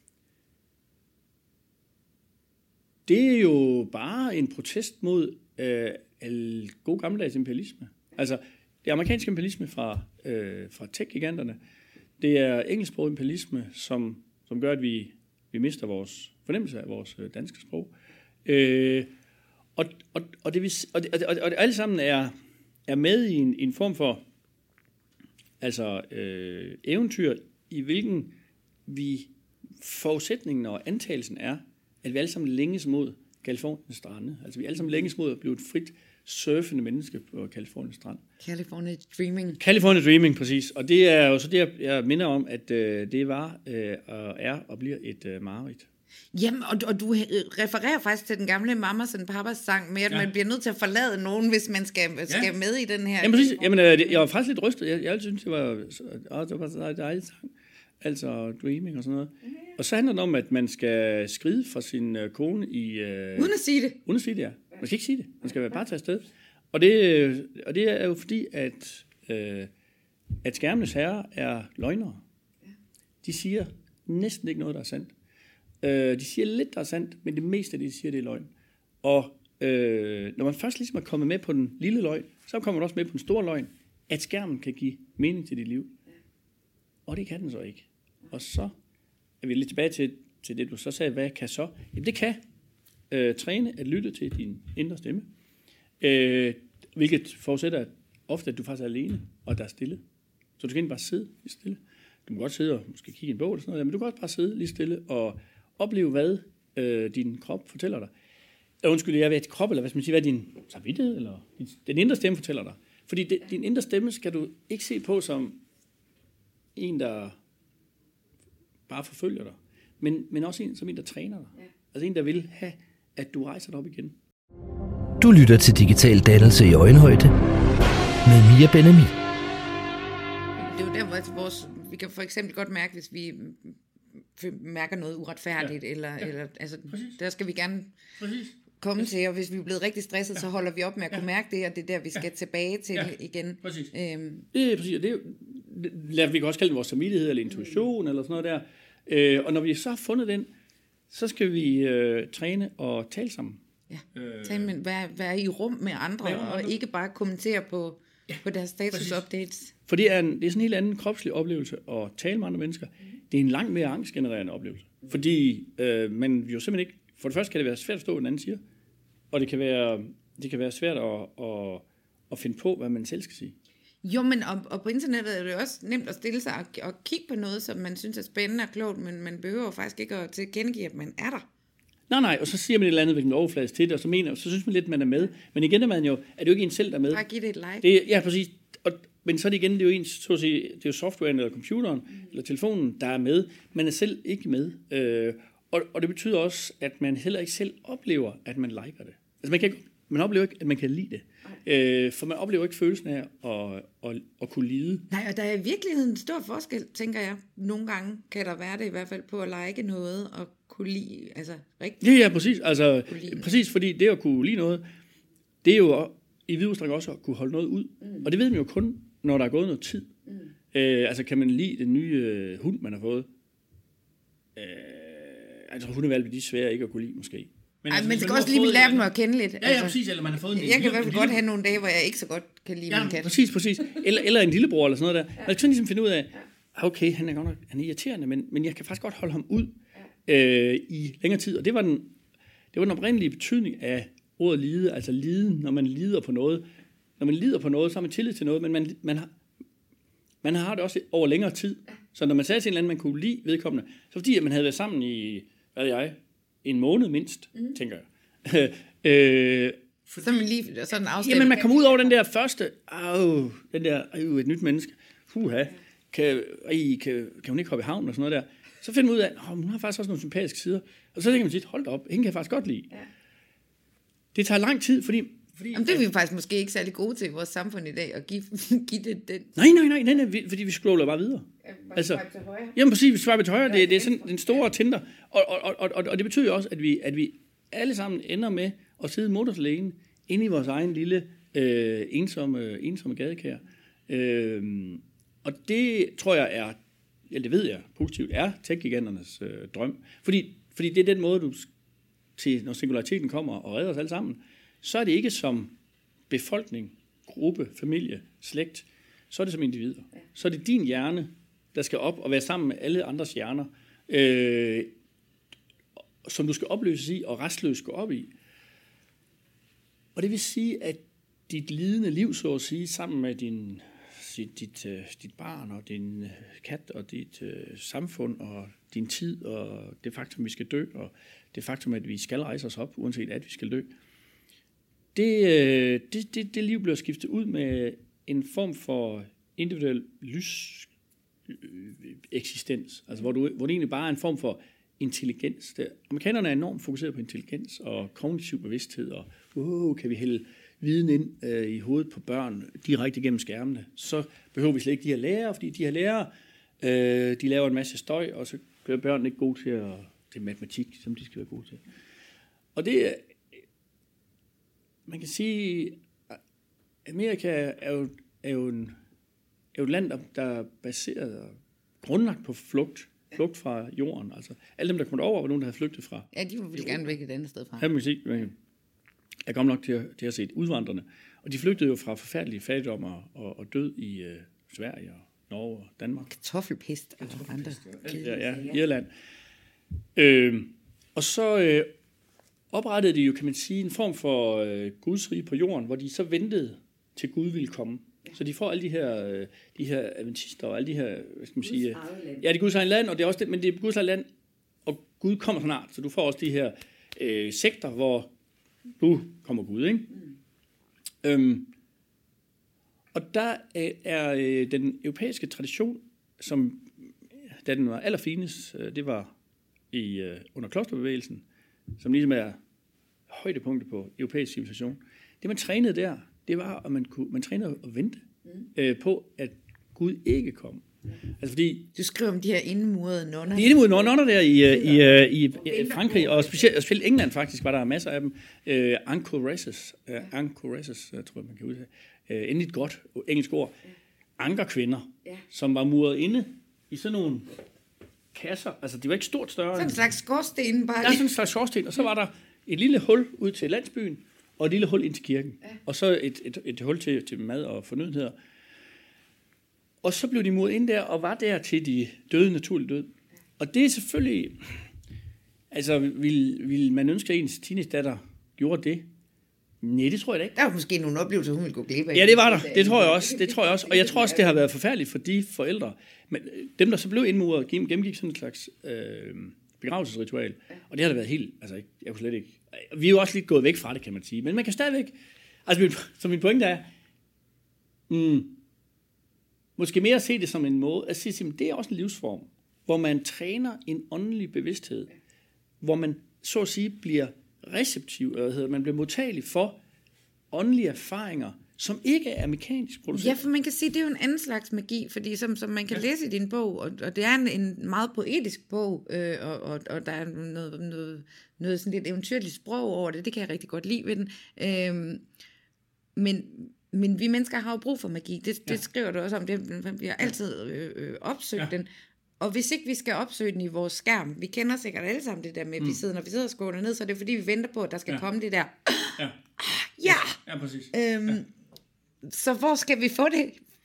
Speaker 3: det er jo bare en protest mod uh, god gammeldags imperialisme. Altså, det amerikanske imperialisme fra, uh, fra tech-giganterne, det er engelsksproget imperialisme, som, som gør, at vi Vi mister vores fornemmelse af vores danske sprog. Øh, og, og, og, det, og, det, og, det, og det alle sammen er, er med i en, en form for altså, øh, eventyr, i hvilken vi forudsætningen og antagelsen er, at vi alle sammen længes mod Californiens strande. Altså vi alle sammen længes mod at blive et frit surfende menneske på Californiens strand.
Speaker 2: California Dreaming.
Speaker 3: California Dreaming, præcis. Og det er jo så det, jeg minder om, at øh, det var øh, og er og bliver et øh, mareridt.
Speaker 2: Jamen, og, og du refererer faktisk til den gamle Mamas and Papas sang med, at ja. Man bliver nødt til at forlade nogen, hvis man skal, skal ja. Med i den her.
Speaker 3: Jamen præcis. Jamen, øh, det, jeg var faktisk lidt rystet. Jeg, jeg synes, det var, øh, det var så dejligt sang. Altså Dreaming og sådan noget. Ja. Og så handler det om, at man skal skride fra sin øh, kone i... Øh,
Speaker 2: uden at sige det.
Speaker 3: Uden at sige det, ja. Man skal ikke sige det. Man skal bare tage afsted. Og det, og det er jo fordi, at, øh, at skærmenes herrer er løgnere. De siger næsten ikke noget, der er sandt. Øh, de siger lidt, der er sandt, men det meste af det, de siger, det er løgn. Og øh, når man først ligesom er kommet med på den lille løgn, så kommer man også med på den store løgn, at skærmen kan give mening til dit liv. Og det kan den så ikke. Og så er vi lidt tilbage til, til det, du så sagde, hvad kan så? Jamen det kan øh, træne at lytte til din indre stemme. Øh, hvilket forudsætter at ofte, at du faktisk er alene, og der er stille. Så du kan ikke bare sidde lige stille. Du må godt sidde og måske kigge i en bog eller sådan noget, men du kan også bare sidde lige stille og opleve, hvad øh, din krop fortæller dig. Øh, undskyld, jeg ved, krop, eller hvad skal man sige, hvad din samvittighed, eller din, den indre stemme fortæller dig. Fordi det, din indre stemme skal du ikke se på som en, der bare forfølger dig, men, men også en, som en, der træner dig. Altså en, der vil have, at du rejser dig op igen.
Speaker 1: Du lytter til Digital Dannelse i Øjenhøjde med Mia Ben-Ami.
Speaker 2: Det er jo der, hvor vores, vi kan for eksempel godt mærke, hvis vi mærker noget uretfærdigt, ja. eller, ja. eller altså, der skal vi gerne Præcis. komme Præcis. til, og hvis vi er blevet rigtig stresset, ja. så holder vi op med at ja. kunne mærke det, og det er der, vi skal ja. tilbage til ja. igen.
Speaker 3: Præcis. Øhm. Det er præcis, det er jo, det, vi kan også kalde det vores samvittighed, eller intuition, mm. eller sådan noget der. Øh, og når vi så har fundet den, så skal vi øh, træne og tale sammen.
Speaker 2: Ja, tale med, være, være i rum med andre, med andre. Og ikke bare kommentere på, ja. på deres status-updates.
Speaker 3: For det er, en, det er sådan en helt anden kropslig oplevelse at tale med andre mennesker. Det er en langt mere angstgenererende oplevelse. Fordi øh, man jo simpelthen ikke... For det første kan det være svært at forstå, hvad den anden siger. Og det kan være, det kan være svært at, at, at finde på, hvad man selv skal sige.
Speaker 2: Jo, men og, og på internettet er det også nemt at stille sig og, og kigge på noget, som man synes er spændende og klogt, men man behøver faktisk ikke at tilkendegive, at man er der.
Speaker 3: Nej, nej, og så siger man et eller andet, hvilken overflades til det, og så, mener, så synes man lidt, man er med. Men igen er man jo, er det jo ikke en selv, der er med.
Speaker 2: Bare giv det et like.
Speaker 3: Det, ja, præcis. Og, men så er det igen, det er jo ens, så at sige, det er jo softwaren eller computeren, mm. eller telefonen, der er med. Man er selv ikke med. Øh, og, og det betyder også, at man heller ikke selv oplever, at man liker det. Altså man, kan, man oplever ikke, at man kan lide det. Øh, for man oplever ikke følelsen af at, at, at, at kunne lide.
Speaker 2: Nej, og der er i virkeligheden en stor forskel, tænker jeg. Nogle gange kan der være det i hvert fald på at like noget og kunne lide, altså rigtigt.
Speaker 3: Ja, ja, præcis. Altså, præcis, fordi det at kunne lide noget, det er jo i vid udstrækning også at kunne holde noget ud. Mm. Og det ved man jo kun, når der er gået noget tid. Mm. Øh, altså, kan man lide den nye øh, hund, man har fået? Øh, altså, hundevalpe, de er svære ikke at kunne lide, måske.
Speaker 2: Men, Ej, altså, men det skal også lige lære dem at kende lidt.
Speaker 3: Ja, ja, præcis, eller man har fået en...
Speaker 2: Jeg kan i hvert fald godt have nogle dage, hvor jeg ikke så godt kan lide
Speaker 3: ja,
Speaker 2: min kat.
Speaker 3: præcis, præcis. Eller, eller en lillebror eller sådan noget der. Man kan sådan ligesom finde ud af, okay, han er godt nok han er irriterende, men, men jeg kan faktisk godt holde ham ud. øh, i længere tid. Og det var, den, det var den oprindelige betydning af ordet lide, altså liden, når man lider på noget. Når man lider på noget, så har man tillid til noget, men man, man, har, man har det også over længere tid. Så når man sagde til en eller anden, man kunne lide vedkommende, så fordi at man havde været sammen i, hvad ved jeg, en måned mindst, mm. tænker jeg. øh,
Speaker 2: fordi, så man lige sådan afsted.
Speaker 3: Jamen, man kommer ud over den der første, au, den der, au, et nyt menneske, fuha, kan, ej, kan, kan hun ikke hoppe i havn og sådan noget der. Så finder man ud af, at hun har faktisk også nogle sympatiske sider. Og så tænker man tit, hold da op, hende kan jeg faktisk godt lide. Ja. Det tager lang tid, fordi... fordi
Speaker 2: Jamen, det er vi faktisk måske ikke særlig gode til i vores samfund i dag, at give, give det den...
Speaker 3: Nej, nej, nej, nej, nej, fordi vi scroller bare videre. Ja, altså, til højre. Jamen præcis, vi swiper til højre, det, det er sådan den store Tinder. Og, og, og, og, og det betyder også, at vi, at vi alle sammen ender med at sidde motorlægen inde i vores egen lille øh, ensomme, ensomme gadekær. Øh, og det tror jeg er, eller det ved jeg positivt, er tech-giganternes øh, drøm. Fordi, fordi det er den måde, du til, når singulariteten kommer og redder os alle sammen, så er det ikke som befolkning, gruppe, familie, slægt, så er det som individer. Så er det din hjerne, der skal op og være sammen med alle andres hjerner, øh, som du skal opløses i og restløst gå op i. Og det vil sige, at dit lidende liv, så at sige, sammen med din, dit, dit, dit barn og din kat og dit uh, samfund og din tid og det faktum, vi skal dø, og det faktum, at vi skal rejse os op, uanset at vi skal dø, det, det, det, det liv bliver skiftet ud med en form for individuel lyseksistens, altså hvor, du, hvor det egentlig bare er en form for intelligens. Det, amerikanerne er enormt fokuseret på intelligens og kognitiv bevidsthed, og wow, kan vi hælde viden ind øh, i hovedet på børn direkte gennem skærmene, så behøver vi slet ikke de her lærere, fordi de her lærere, øh, de laver en masse støj, og så bliver børnene ikke gode til, at, til matematik, som de skal være gode til. Og det, man kan sige, Amerika er jo, er jo, en, er jo et land, der er baseret og grundlagt på flugt, flugt fra jorden. Altså, alle dem, der kom over, var nogen, der havde flygtet fra.
Speaker 2: Ja, de ville gerne væk et andet sted fra.
Speaker 3: Ja, man kan sige, jeg kom nok til at, til at se udvandrerne. Og de flygtede jo fra forfærdelige fattigdom og, og, og død i øh, Sverige og Norge og Danmark.
Speaker 2: Kartoffelpest og andre.
Speaker 3: Ja, ja, Irland. Øh, og så øh, oprettede de jo, kan man sige, en form for øh, Guds rige på jorden, hvor de så ventede til Gud ville komme. Så de får alle de her, øh, de her adventister og alle de her, hvad skal man sige... Ja, det er Guds egen land, og det er også det, men det er Guds egen land, og Gud kommer snart. Så du får også de her øh, sekter, hvor nu kommer Gud, ikke? Mm. Øhm, og der er, er øh, den europæiske tradition, som da den var allerfinest, øh, det var i øh, under klosterbevægelsen, som ligesom er højdepunktet på europæisk civilisation. Det man trænede der, det var, at man kunne man trænede at vente mm. øh, på, at Gud ikke kom. Altså fordi
Speaker 2: du skriver om de her indmurede nonner.
Speaker 3: De indmurede nonner der i, i, i, i Frankrig, og specielt, specielt England faktisk, var der masser af dem. Uh, anchoresses, uh, anchoresses, uh, tror jeg, man kan udtale. Uh, endelig et godt engelsk ord. Ankerkvinder, som var muret inde i sådan nogle kasser. Altså, de var ikke stort større.
Speaker 2: Sådan en slags skorsten bare.
Speaker 3: Ja, sådan en slags skorsten. Og så var der et lille hul ud til landsbyen, og et lille hul ind til kirken. Og så et, et, et hul til, til mad og fornødenheder. Og så blev de muret ind der, og var der til de døde naturlig død. Og det er selvfølgelig... Altså, vil, vil man ønske, at ens teenage-datter gjorde det? Nej, det tror jeg da ikke.
Speaker 2: Der var måske nogle oplevelser, hun ville gå glip af.
Speaker 3: Ja, det var der. Det tror jeg også. Det tror jeg også. Og jeg tror også, det har været forfærdeligt for de forældre. Men dem, der så blev indmuret, gennemgik sådan en slags øh, begravelsesritual. Og det har da været helt... Altså, jeg kunne slet ikke... Vi er jo også lidt gået væk fra det, kan man sige. Men man kan stadigvæk... Altså, min, så min pointe er... Mm, måske mere at se det som en måde, at sige, at det er også en livsform, hvor man træner en åndelig bevidsthed, hvor man så at sige bliver receptiv, eller hedder, man bliver modtagelig for åndelige erfaringer, som ikke er mekanisk produceret.
Speaker 2: Ja, for man kan sige, at det er jo en anden slags magi, fordi som, som man kan ja. læse i din bog, og, og det er en, en meget poetisk bog, øh, og, og, og der er noget, noget, noget sådan lidt eventyrligt sprog over det, det kan jeg rigtig godt lide ved den. Øh, men Men vi mennesker har jo brug for magi. Det, ja. det skriver du også om. Det, vi har altid øh, øh, opsøgt ja. den. Og hvis ikke vi skal opsøge den i vores skærm, vi kender sikkert alle sammen det der med, at vi sidder, når vi sidder og skåler ned, så er det fordi, vi venter på, at der skal ja. komme det der.
Speaker 3: Ja,
Speaker 2: ja.
Speaker 3: ja præcis.
Speaker 2: Øhm,
Speaker 3: ja.
Speaker 2: Så hvor skal vi få det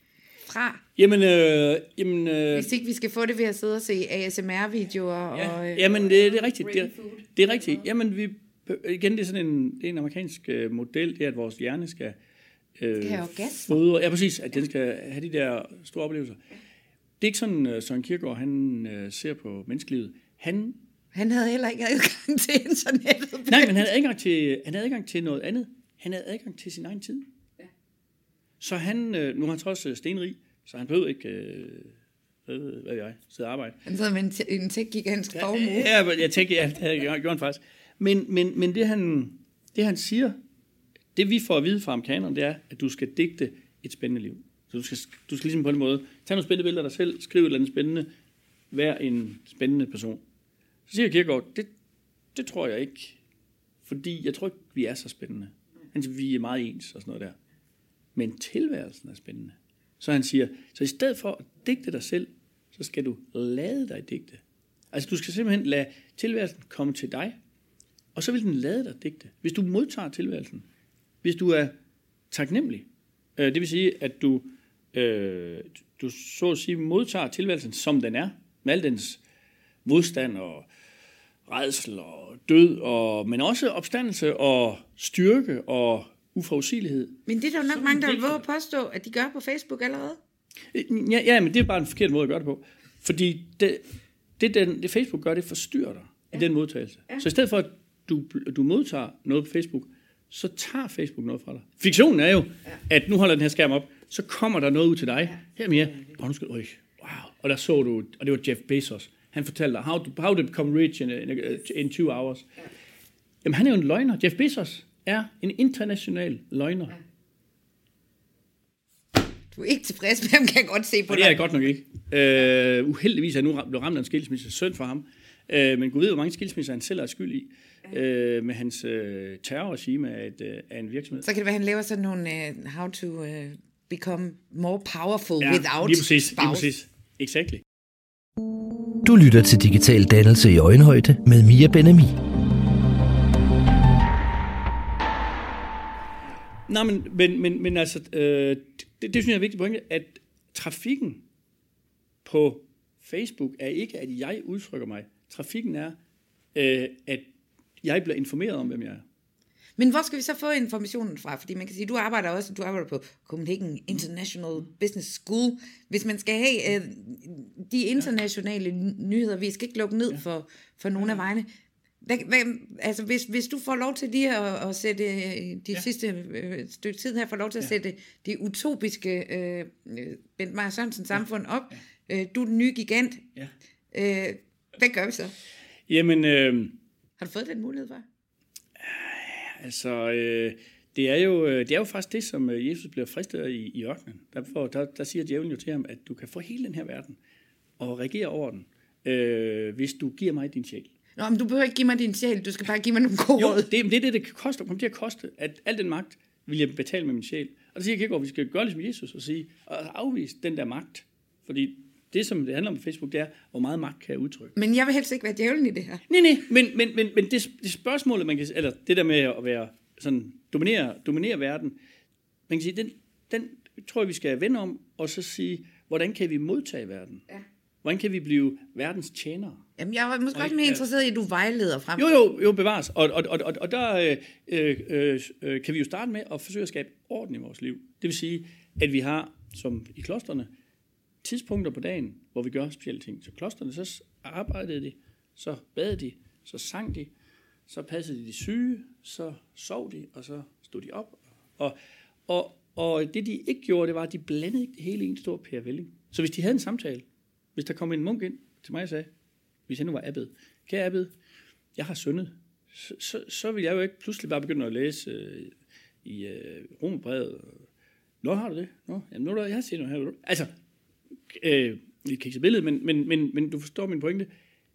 Speaker 2: fra?
Speaker 3: Jamen, øh, jamen øh,
Speaker 2: hvis ikke vi skal få det ved at sidde og se A S M R-videoer.
Speaker 3: Ja,
Speaker 2: og,
Speaker 3: jamen, det, det er rigtigt. Det, det er rigtigt. Jamen, vi, igen, det er sådan en, det er en amerikansk øh, model, det er, at vores hjerne skal øh, fodre. Ja, præcis, at den skal have de der store oplevelser. Det er ikke sådan, uh, Søren Kierkegaard, han uh, ser på menneskelivet. Han,
Speaker 2: han havde heller ikke adgang til internettet.
Speaker 3: Nej, men han havde adgang til, han havde adgang til noget andet. Han havde adgang til sin egen tid. Ja. Så han, uh, nu er han trods uh, stenrig, så han behøvede ikke, uh, hvad, hvad ved jeg, sidde og arbejde.
Speaker 2: Han sad med en, t- en tech-gigantisk formue.
Speaker 3: Ja, ja, jeg tænker, ja, det havde gjort han faktisk. Men, men, men det, han, det han siger, det vi får at vide fra amerikanerne, det er, at du skal digte et spændende liv. Så du skal, du skal ligesom på en måde tage nogle spændende billeder af dig selv, skrive et eller andet spændende, vær en spændende person. Så siger Kierkegaard, det, det tror jeg ikke, fordi jeg tror ikke, vi er så spændende. Han siger, vi er meget ens og sådan noget der. Men tilværelsen er spændende. Så han siger, så i stedet for at digte dig selv, så skal du lade dig digte. Altså du skal simpelthen lade tilværelsen komme til dig, og så vil den lade dig digte. Hvis du modtager tilværelsen, hvis du er taknemmelig, øh, det vil sige, at du, øh, du så at sige modtager tilværelsen, som den er, med al dens modstand og rædsel og død, og, men også opstandelse og styrke og uforudsigelighed.
Speaker 2: Men det er der nok mange, der vil våge at påstå, at de gør på Facebook allerede.
Speaker 3: Ja, ja, men det er bare en forkert måde at gøre det på. Fordi det, det, den, det Facebook gør, det forstyrrer dig ja. i den modtagelse. Ja. Så i stedet for, at du, du modtager noget på Facebook, så tager Facebook noget fra dig. Fiktionen er jo, ja. at nu holder den her skærm op, så kommer der noget ud til dig. Ja. Her mere. Og nu skal du, wow. Og der så du, og det var Jeff Bezos. Han fortalte dig, how to, how to become rich in, in, in two hours. Ja. Jamen, han er jo en løgner. Jeff Bezos er en international løgner. Ja.
Speaker 2: Du er ikke tilfreds med ham, kan jeg godt se på
Speaker 3: dig. Det er jeg godt nok ikke. Uh, uheldigvis er jeg nu blevet ramt af en skilsmisse, synd for ham. Uh, men Gud ved, hvor mange skilsmisser han selv er skyld i. Uh, med hans uh, terrorregime af, et, uh, af en virksomhed.
Speaker 2: Så kan det være, at han laver sådan nogle uh, how to uh, become more powerful
Speaker 3: ja,
Speaker 2: without
Speaker 3: lige præcis,
Speaker 2: spouse.
Speaker 3: Lige præcis. Exactly.
Speaker 1: Du lytter til Digital Dannelse i Øjenhøjde med Mia Ben-Ami.
Speaker 3: Nej, men, men, men, men altså, øh, det, det synes jeg er vigtigt pointe, at trafikken på Facebook er ikke, at jeg udtrykker mig. Trafikken er, øh, at jeg bliver informeret om, hvem jeg er.
Speaker 2: Men hvor skal vi så få informationen fra? Fordi man kan sige, du arbejder også, du arbejder på Copenhagen International Business School. Hvis man skal have øh, de internationale nyheder, vi skal ikke lukke ned for, for nogle af vejene. Hvad, hvad, altså hvis, hvis du får lov til lige at, at sætte de ja. sidste øh, stykke tid her, får lov til at ja. sætte det utopiske øh, Bent Meyer Sørensen samfund op. Ja. Øh, du er den nye gigant. Ja. Øh, hvad gør vi så?
Speaker 3: Jamen... Øh...
Speaker 2: Har du fået den mulighed for?
Speaker 3: Altså, øh, det, er jo, det er jo faktisk det, som Jesus bliver fristet i, i ørkenen. Der, der, der siger djævlen jo til ham, at du kan få hele den her verden og regere over den, øh, hvis du giver mig din sjæl.
Speaker 2: Nå, men du behøver ikke give mig din sjæl, du skal bare give mig nogle gode råd.
Speaker 3: Jo, det, det er det, det koster, kommer til at koste, at al den magt vil jeg betale med min sjæl. Og der siger Kierkegaard, at vi skal gøre ligesom Jesus og sige, og afvise den der magt. Fordi det, som det handler om på Facebook, det er, hvor meget magt kan jeg udtrykke.
Speaker 2: Men jeg vil helst ikke være djævlen i det her.
Speaker 3: Nej, nej, men, men, men, men det, det spørgsmålet, man kan, eller det der med at være sådan, dominere, dominere verden, man kan sige, den, den tror jeg, vi skal vende om, og så sige, hvordan kan vi modtage verden? Ja. Hvordan kan vi blive verdens tjenere?
Speaker 2: Jamen, jeg var måske også mere interesseret i, at du vejleder frem.
Speaker 3: Jo, jo, jo, bevares. Og, og, og, og, og der øh, øh, øh, kan vi jo starte med at forsøge at skabe orden i vores liv. Det vil sige, at vi har, som i klostrene, tidspunkter på dagen, hvor vi gør specielle ting. Så klostrene, så arbejdede de, så badede de, så sang de, så passede de de syge, så sov de, og så stod de op. Og, og, og det, de ikke gjorde, det var, at de blandede ikke det hele i en stor pærevælling. Så hvis de havde en samtale, hvis der kom en munk ind til mig og sagde, hvis jeg nu var abbed, kære abbed, jeg har syndet, så, så, så vil jeg jo ikke pludselig bare begynde at læse øh, i øh, Romerbrevet. Nå, har du det? Nå, jamen, nu er der, jeg har set noget her. Altså, øh, vi kan ikke se billedet, men, men, men, men du forstår min pointe.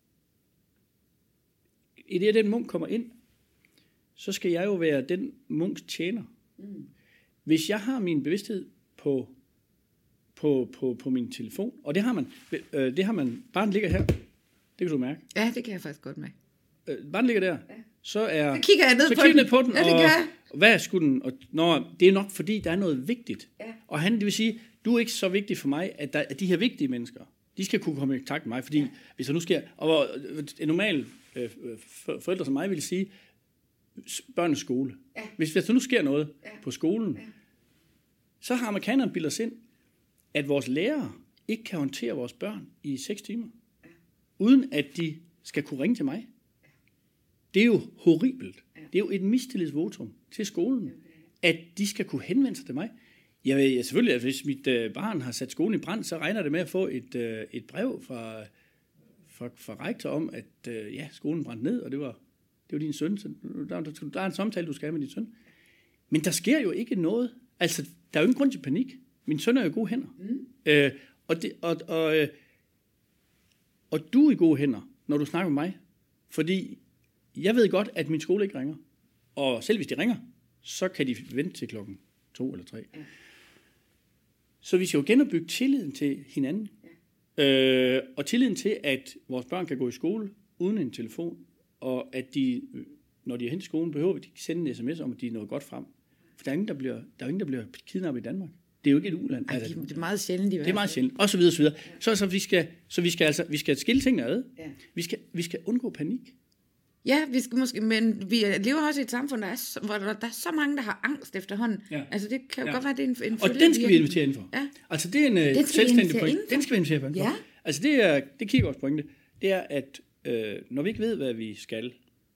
Speaker 3: I det, at den munk kommer ind, så skal jeg jo være den munks tjener. Mm. Hvis jeg har min bevidsthed på, på, på, på min telefon, og det har man, øh, det har man, bare den ligger her, det kan du mærke.
Speaker 2: Ja, det kan jeg faktisk godt mærke.
Speaker 3: Øh, bare den ligger der, ja. så er...
Speaker 2: Så kigger jeg ned,
Speaker 3: så
Speaker 2: på,
Speaker 3: kigger
Speaker 2: den.
Speaker 3: ned på den,
Speaker 2: ja, det
Speaker 3: og hvad skulle den... Og, nå, det er nok, fordi der er noget vigtigt. Ja. Og han, det vil sige, du er ikke så vigtig for mig, at, der, at de her vigtige mennesker, de skal kunne komme i kontakt med mig, fordi ja. hvis der nu sker, og en normal øh, forældre som mig vil sige, børnenes skole. Ja. Hvis, hvis der nu sker noget ja. på skolen, ja. så har amerikanerne bildet os ind, at vores lærere ikke kan håndtere vores børn i seks timer, ja. uden at de skal kunne ringe til mig. Ja. Det er jo horribelt. Ja. Det er jo et mistillidsvotum til skolen, at de skal kunne henvende sig til mig. Jeg ved jeg, selvfølgelig, at hvis mit øh, barn har sat skolen i brand, så regner det med at få et, øh, et brev fra, fra, fra rektor om, at øh, ja, skolen brændte ned, og det var, det var din søn. Så der, der, der er en samtale, du skal have med din søn. Men der sker jo ikke noget. Altså, der er jo ingen grund til panik. Min søn er jo i gode hænder. Mm. Øh, og, det, og, og, øh, og du er i gode hænder, når du snakker med mig. Fordi jeg ved godt, at min skole ikke ringer. Og selv hvis de ringer, så kan de vente til klokken to eller tre. Ja. Så vi skal jo genopbygge tilliden til hinanden. Ja. Øh, og tilliden til, at vores børn kan gå i skole uden en telefon, og at de, når de er hen til skolen, behøver de ikke sende en sms om, at de er noget godt frem. For der er ingen, der bliver, der er ingen, der bliver kidnappet i Danmark. Det er jo ikke et uland.
Speaker 2: Ej, altså, det er meget sjældent.
Speaker 3: Det er meget sjældent. Og så videre, så videre. Ja. Så, så, vi skal, så vi skal altså, vi skal skille tingene ad. Ja. Vi skal, vi skal undgå panik.
Speaker 2: Ja, vi skal måske, men vi lever også i et samfund, der er så, hvor der, der er så mange, der har angst efterhånden. Ja. Altså det kan jo ja. godt være, det er en, en
Speaker 3: og den skal vi invitere indenfor. Ja. Altså det er en den selvstændig pointe. Den skal vi invitere indenfor. Ja. Altså det er, det kigger vores pointe. Det er, at øh, når vi ikke ved, hvad vi skal,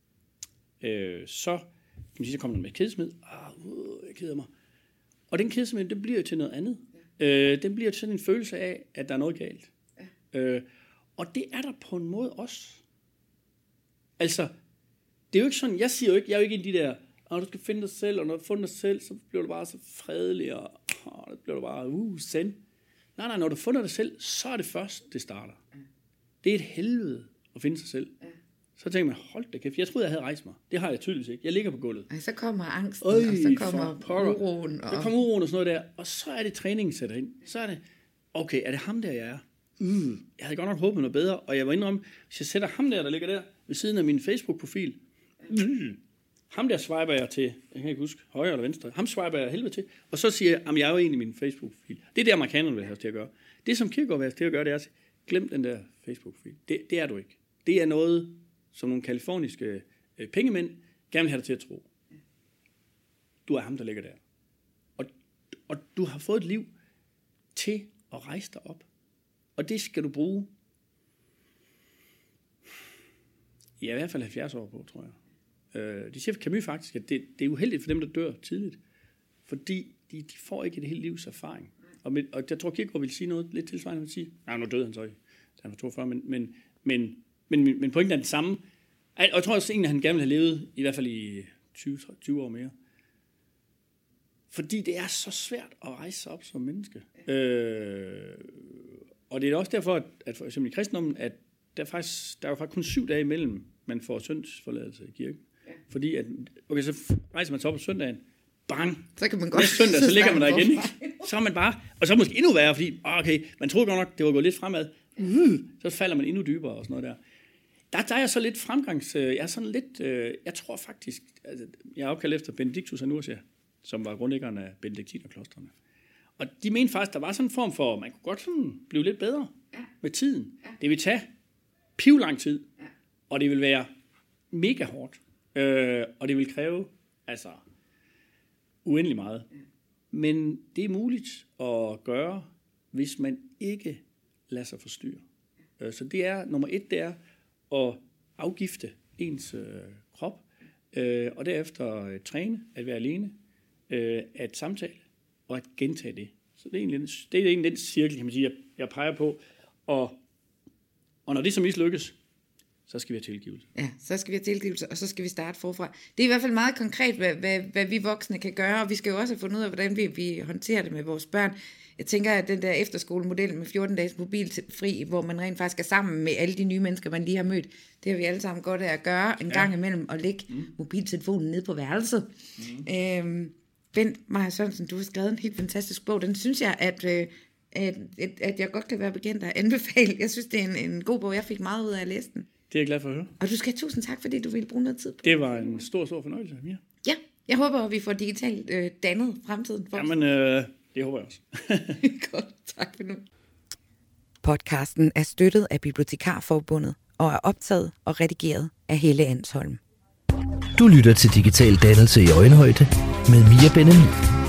Speaker 3: øh, så, kan man sige, så kommer der med kedsomhed. Ah, uh, jeg keder mig. Og den kedsomhed, det bliver jo til noget andet. Ja. Øh, den bliver til sådan en følelse af, at der er noget galt. Ja. Øh, og det er der på en måde også. Altså, det er jo ikke sådan, jeg siger jo ikke, jeg er jo ikke en af de der, oh, du skal finde dig selv, og når du finder dig selv, så bliver du bare så fredelig, og oh, det bliver du bare, uh, send. Nej, nej, når du finder dig selv, så er det først, det starter. Mm. Det er et helvede at finde sig selv. Mm. Så tænker man, hold da kæft, jeg troede, jeg havde rejst mig. Det har jeg tydeligvis ikke. Jeg ligger på gulvet.
Speaker 2: Og så kommer angsten, Øj, og så kommer uroen. Og...
Speaker 3: Så kommer uroen og sådan noget der, og så er det træningen sætter ind. Så er det, okay, er det ham der, jeg er? Mm, jeg havde godt nok håbet noget bedre, og jeg var indrømme, hvis jeg sætter ham der, der ligger der, ved siden af min Facebook-profil, mm, ham der swiper jeg til, jeg kan ikke huske, højre eller venstre, ham swiper jeg helvede til, og så siger jeg, at jeg er jo egentlig min Facebook-profil. Det er det, amerikanerne vil have til at gøre. Det, som Kierkegaard vil have til at gøre, det er at glem den der Facebook-profil. Det, det er du ikke. Det er noget, som nogle kaliforniske øh, pengemænd gerne vil have dig til at tro. Du er ham, der ligger der. Og, og du har fået et liv til at rejse dig op. Og det skal du bruge, ja, i hvert fald halvfjerds år på, tror jeg. Øh, de siger for Camus faktisk, at det, det er uheldigt for dem, der dør tidligt, fordi de, de får ikke et helt livs erfaring. Og, med, og jeg tror, Kierkegaard vil sige noget lidt tilsvarende, han vil sige, nej, nu døde han så, han var toogfyrre, men, men, men, men, men pointen er den samme. Og jeg tror også egentlig, at han gerne vil have levet, i hvert fald i tyve, tyve år mere. Fordi det er så svært at rejse sig op som menneske. Øh, og det er også derfor, at, at for eksempel i kristendommen, at der er faktisk, der er jo faktisk kun syv dage imellem, man får syndsforladelse i kirken. Ja. Fordi at, okay, så rejser man sig op på søndagen, bang,
Speaker 2: så kan man godt
Speaker 3: næste søndag, så ligger man der igen, ikke? Så er man bare, og så måske endnu værre, fordi, okay, man troede godt nok, det var gået lidt fremad, uh, så falder man endnu dybere og sådan noget der. Der, der er jeg så lidt fremgangs, jeg er sådan lidt, jeg tror faktisk, altså, jeg er opkaldt efter Benedictus af Nursia, som var grundlæggeren af benediktinerklostrene. Og de mente faktisk, der var sådan en form for, man kunne godt sådan blive lidt bedre ja. med tiden. Ja. Det vil tage piv lang tid, ja. og det vil være mega hårdt, øh, og det vil kræve altså uendelig meget. Ja. Men det er muligt at gøre, hvis man ikke lader sig forstyrre. Ja. Så det er, nummer et, det er at afgifte ens øh, krop, øh, og derefter øh, træne, at være alene, øh, at samtale, og at gentage det. Så det er egentlig, det er egentlig den cirkel, kan man sige, jeg, jeg peger på. Og, og når det så mislykkes, så skal vi have tilgivelse.
Speaker 2: Ja, så skal vi have tilgivelse, og så skal vi starte forfra. Det er i hvert fald meget konkret, hvad, hvad, hvad vi voksne kan gøre, og vi skal jo også have fundet ud af, hvordan vi, vi håndterer det med vores børn. Jeg tænker, at den der efterskolemodel med fjorten dages mobilfri, hvor man rent faktisk er sammen med alle de nye mennesker, man lige har mødt, det har vi alle sammen godt af at gøre en ja. gang imellem, og lægge mm. mobiltelefonen ned på værelset. Mm. Øhm, Bent Meyer Sørensen, du har skrevet en helt fantastisk bog. Den synes jeg, at, at, at, at jeg godt kan være bekendt at anbefale. Jeg synes, det er en, en god bog. Jeg fik meget ud af at læse den.
Speaker 3: Det er jeg glad for at høre.
Speaker 2: Og du skal have tusind tak, fordi du ville bruge noget tid på det.
Speaker 3: Det var en stor, stor fornøjelse, Mia.
Speaker 2: Ja, jeg håber, at vi får digitalt øh, dannet fremtiden. For
Speaker 3: Jamen, øh, Det håber jeg også.
Speaker 2: Godt, tak for nu. Podcasten er støttet af Bibliotekarforbundet og er optaget og redigeret af Helle Ansholm.
Speaker 1: Du lytter til Digital Dannelse i Øjenhøjde med Mia Benjamin.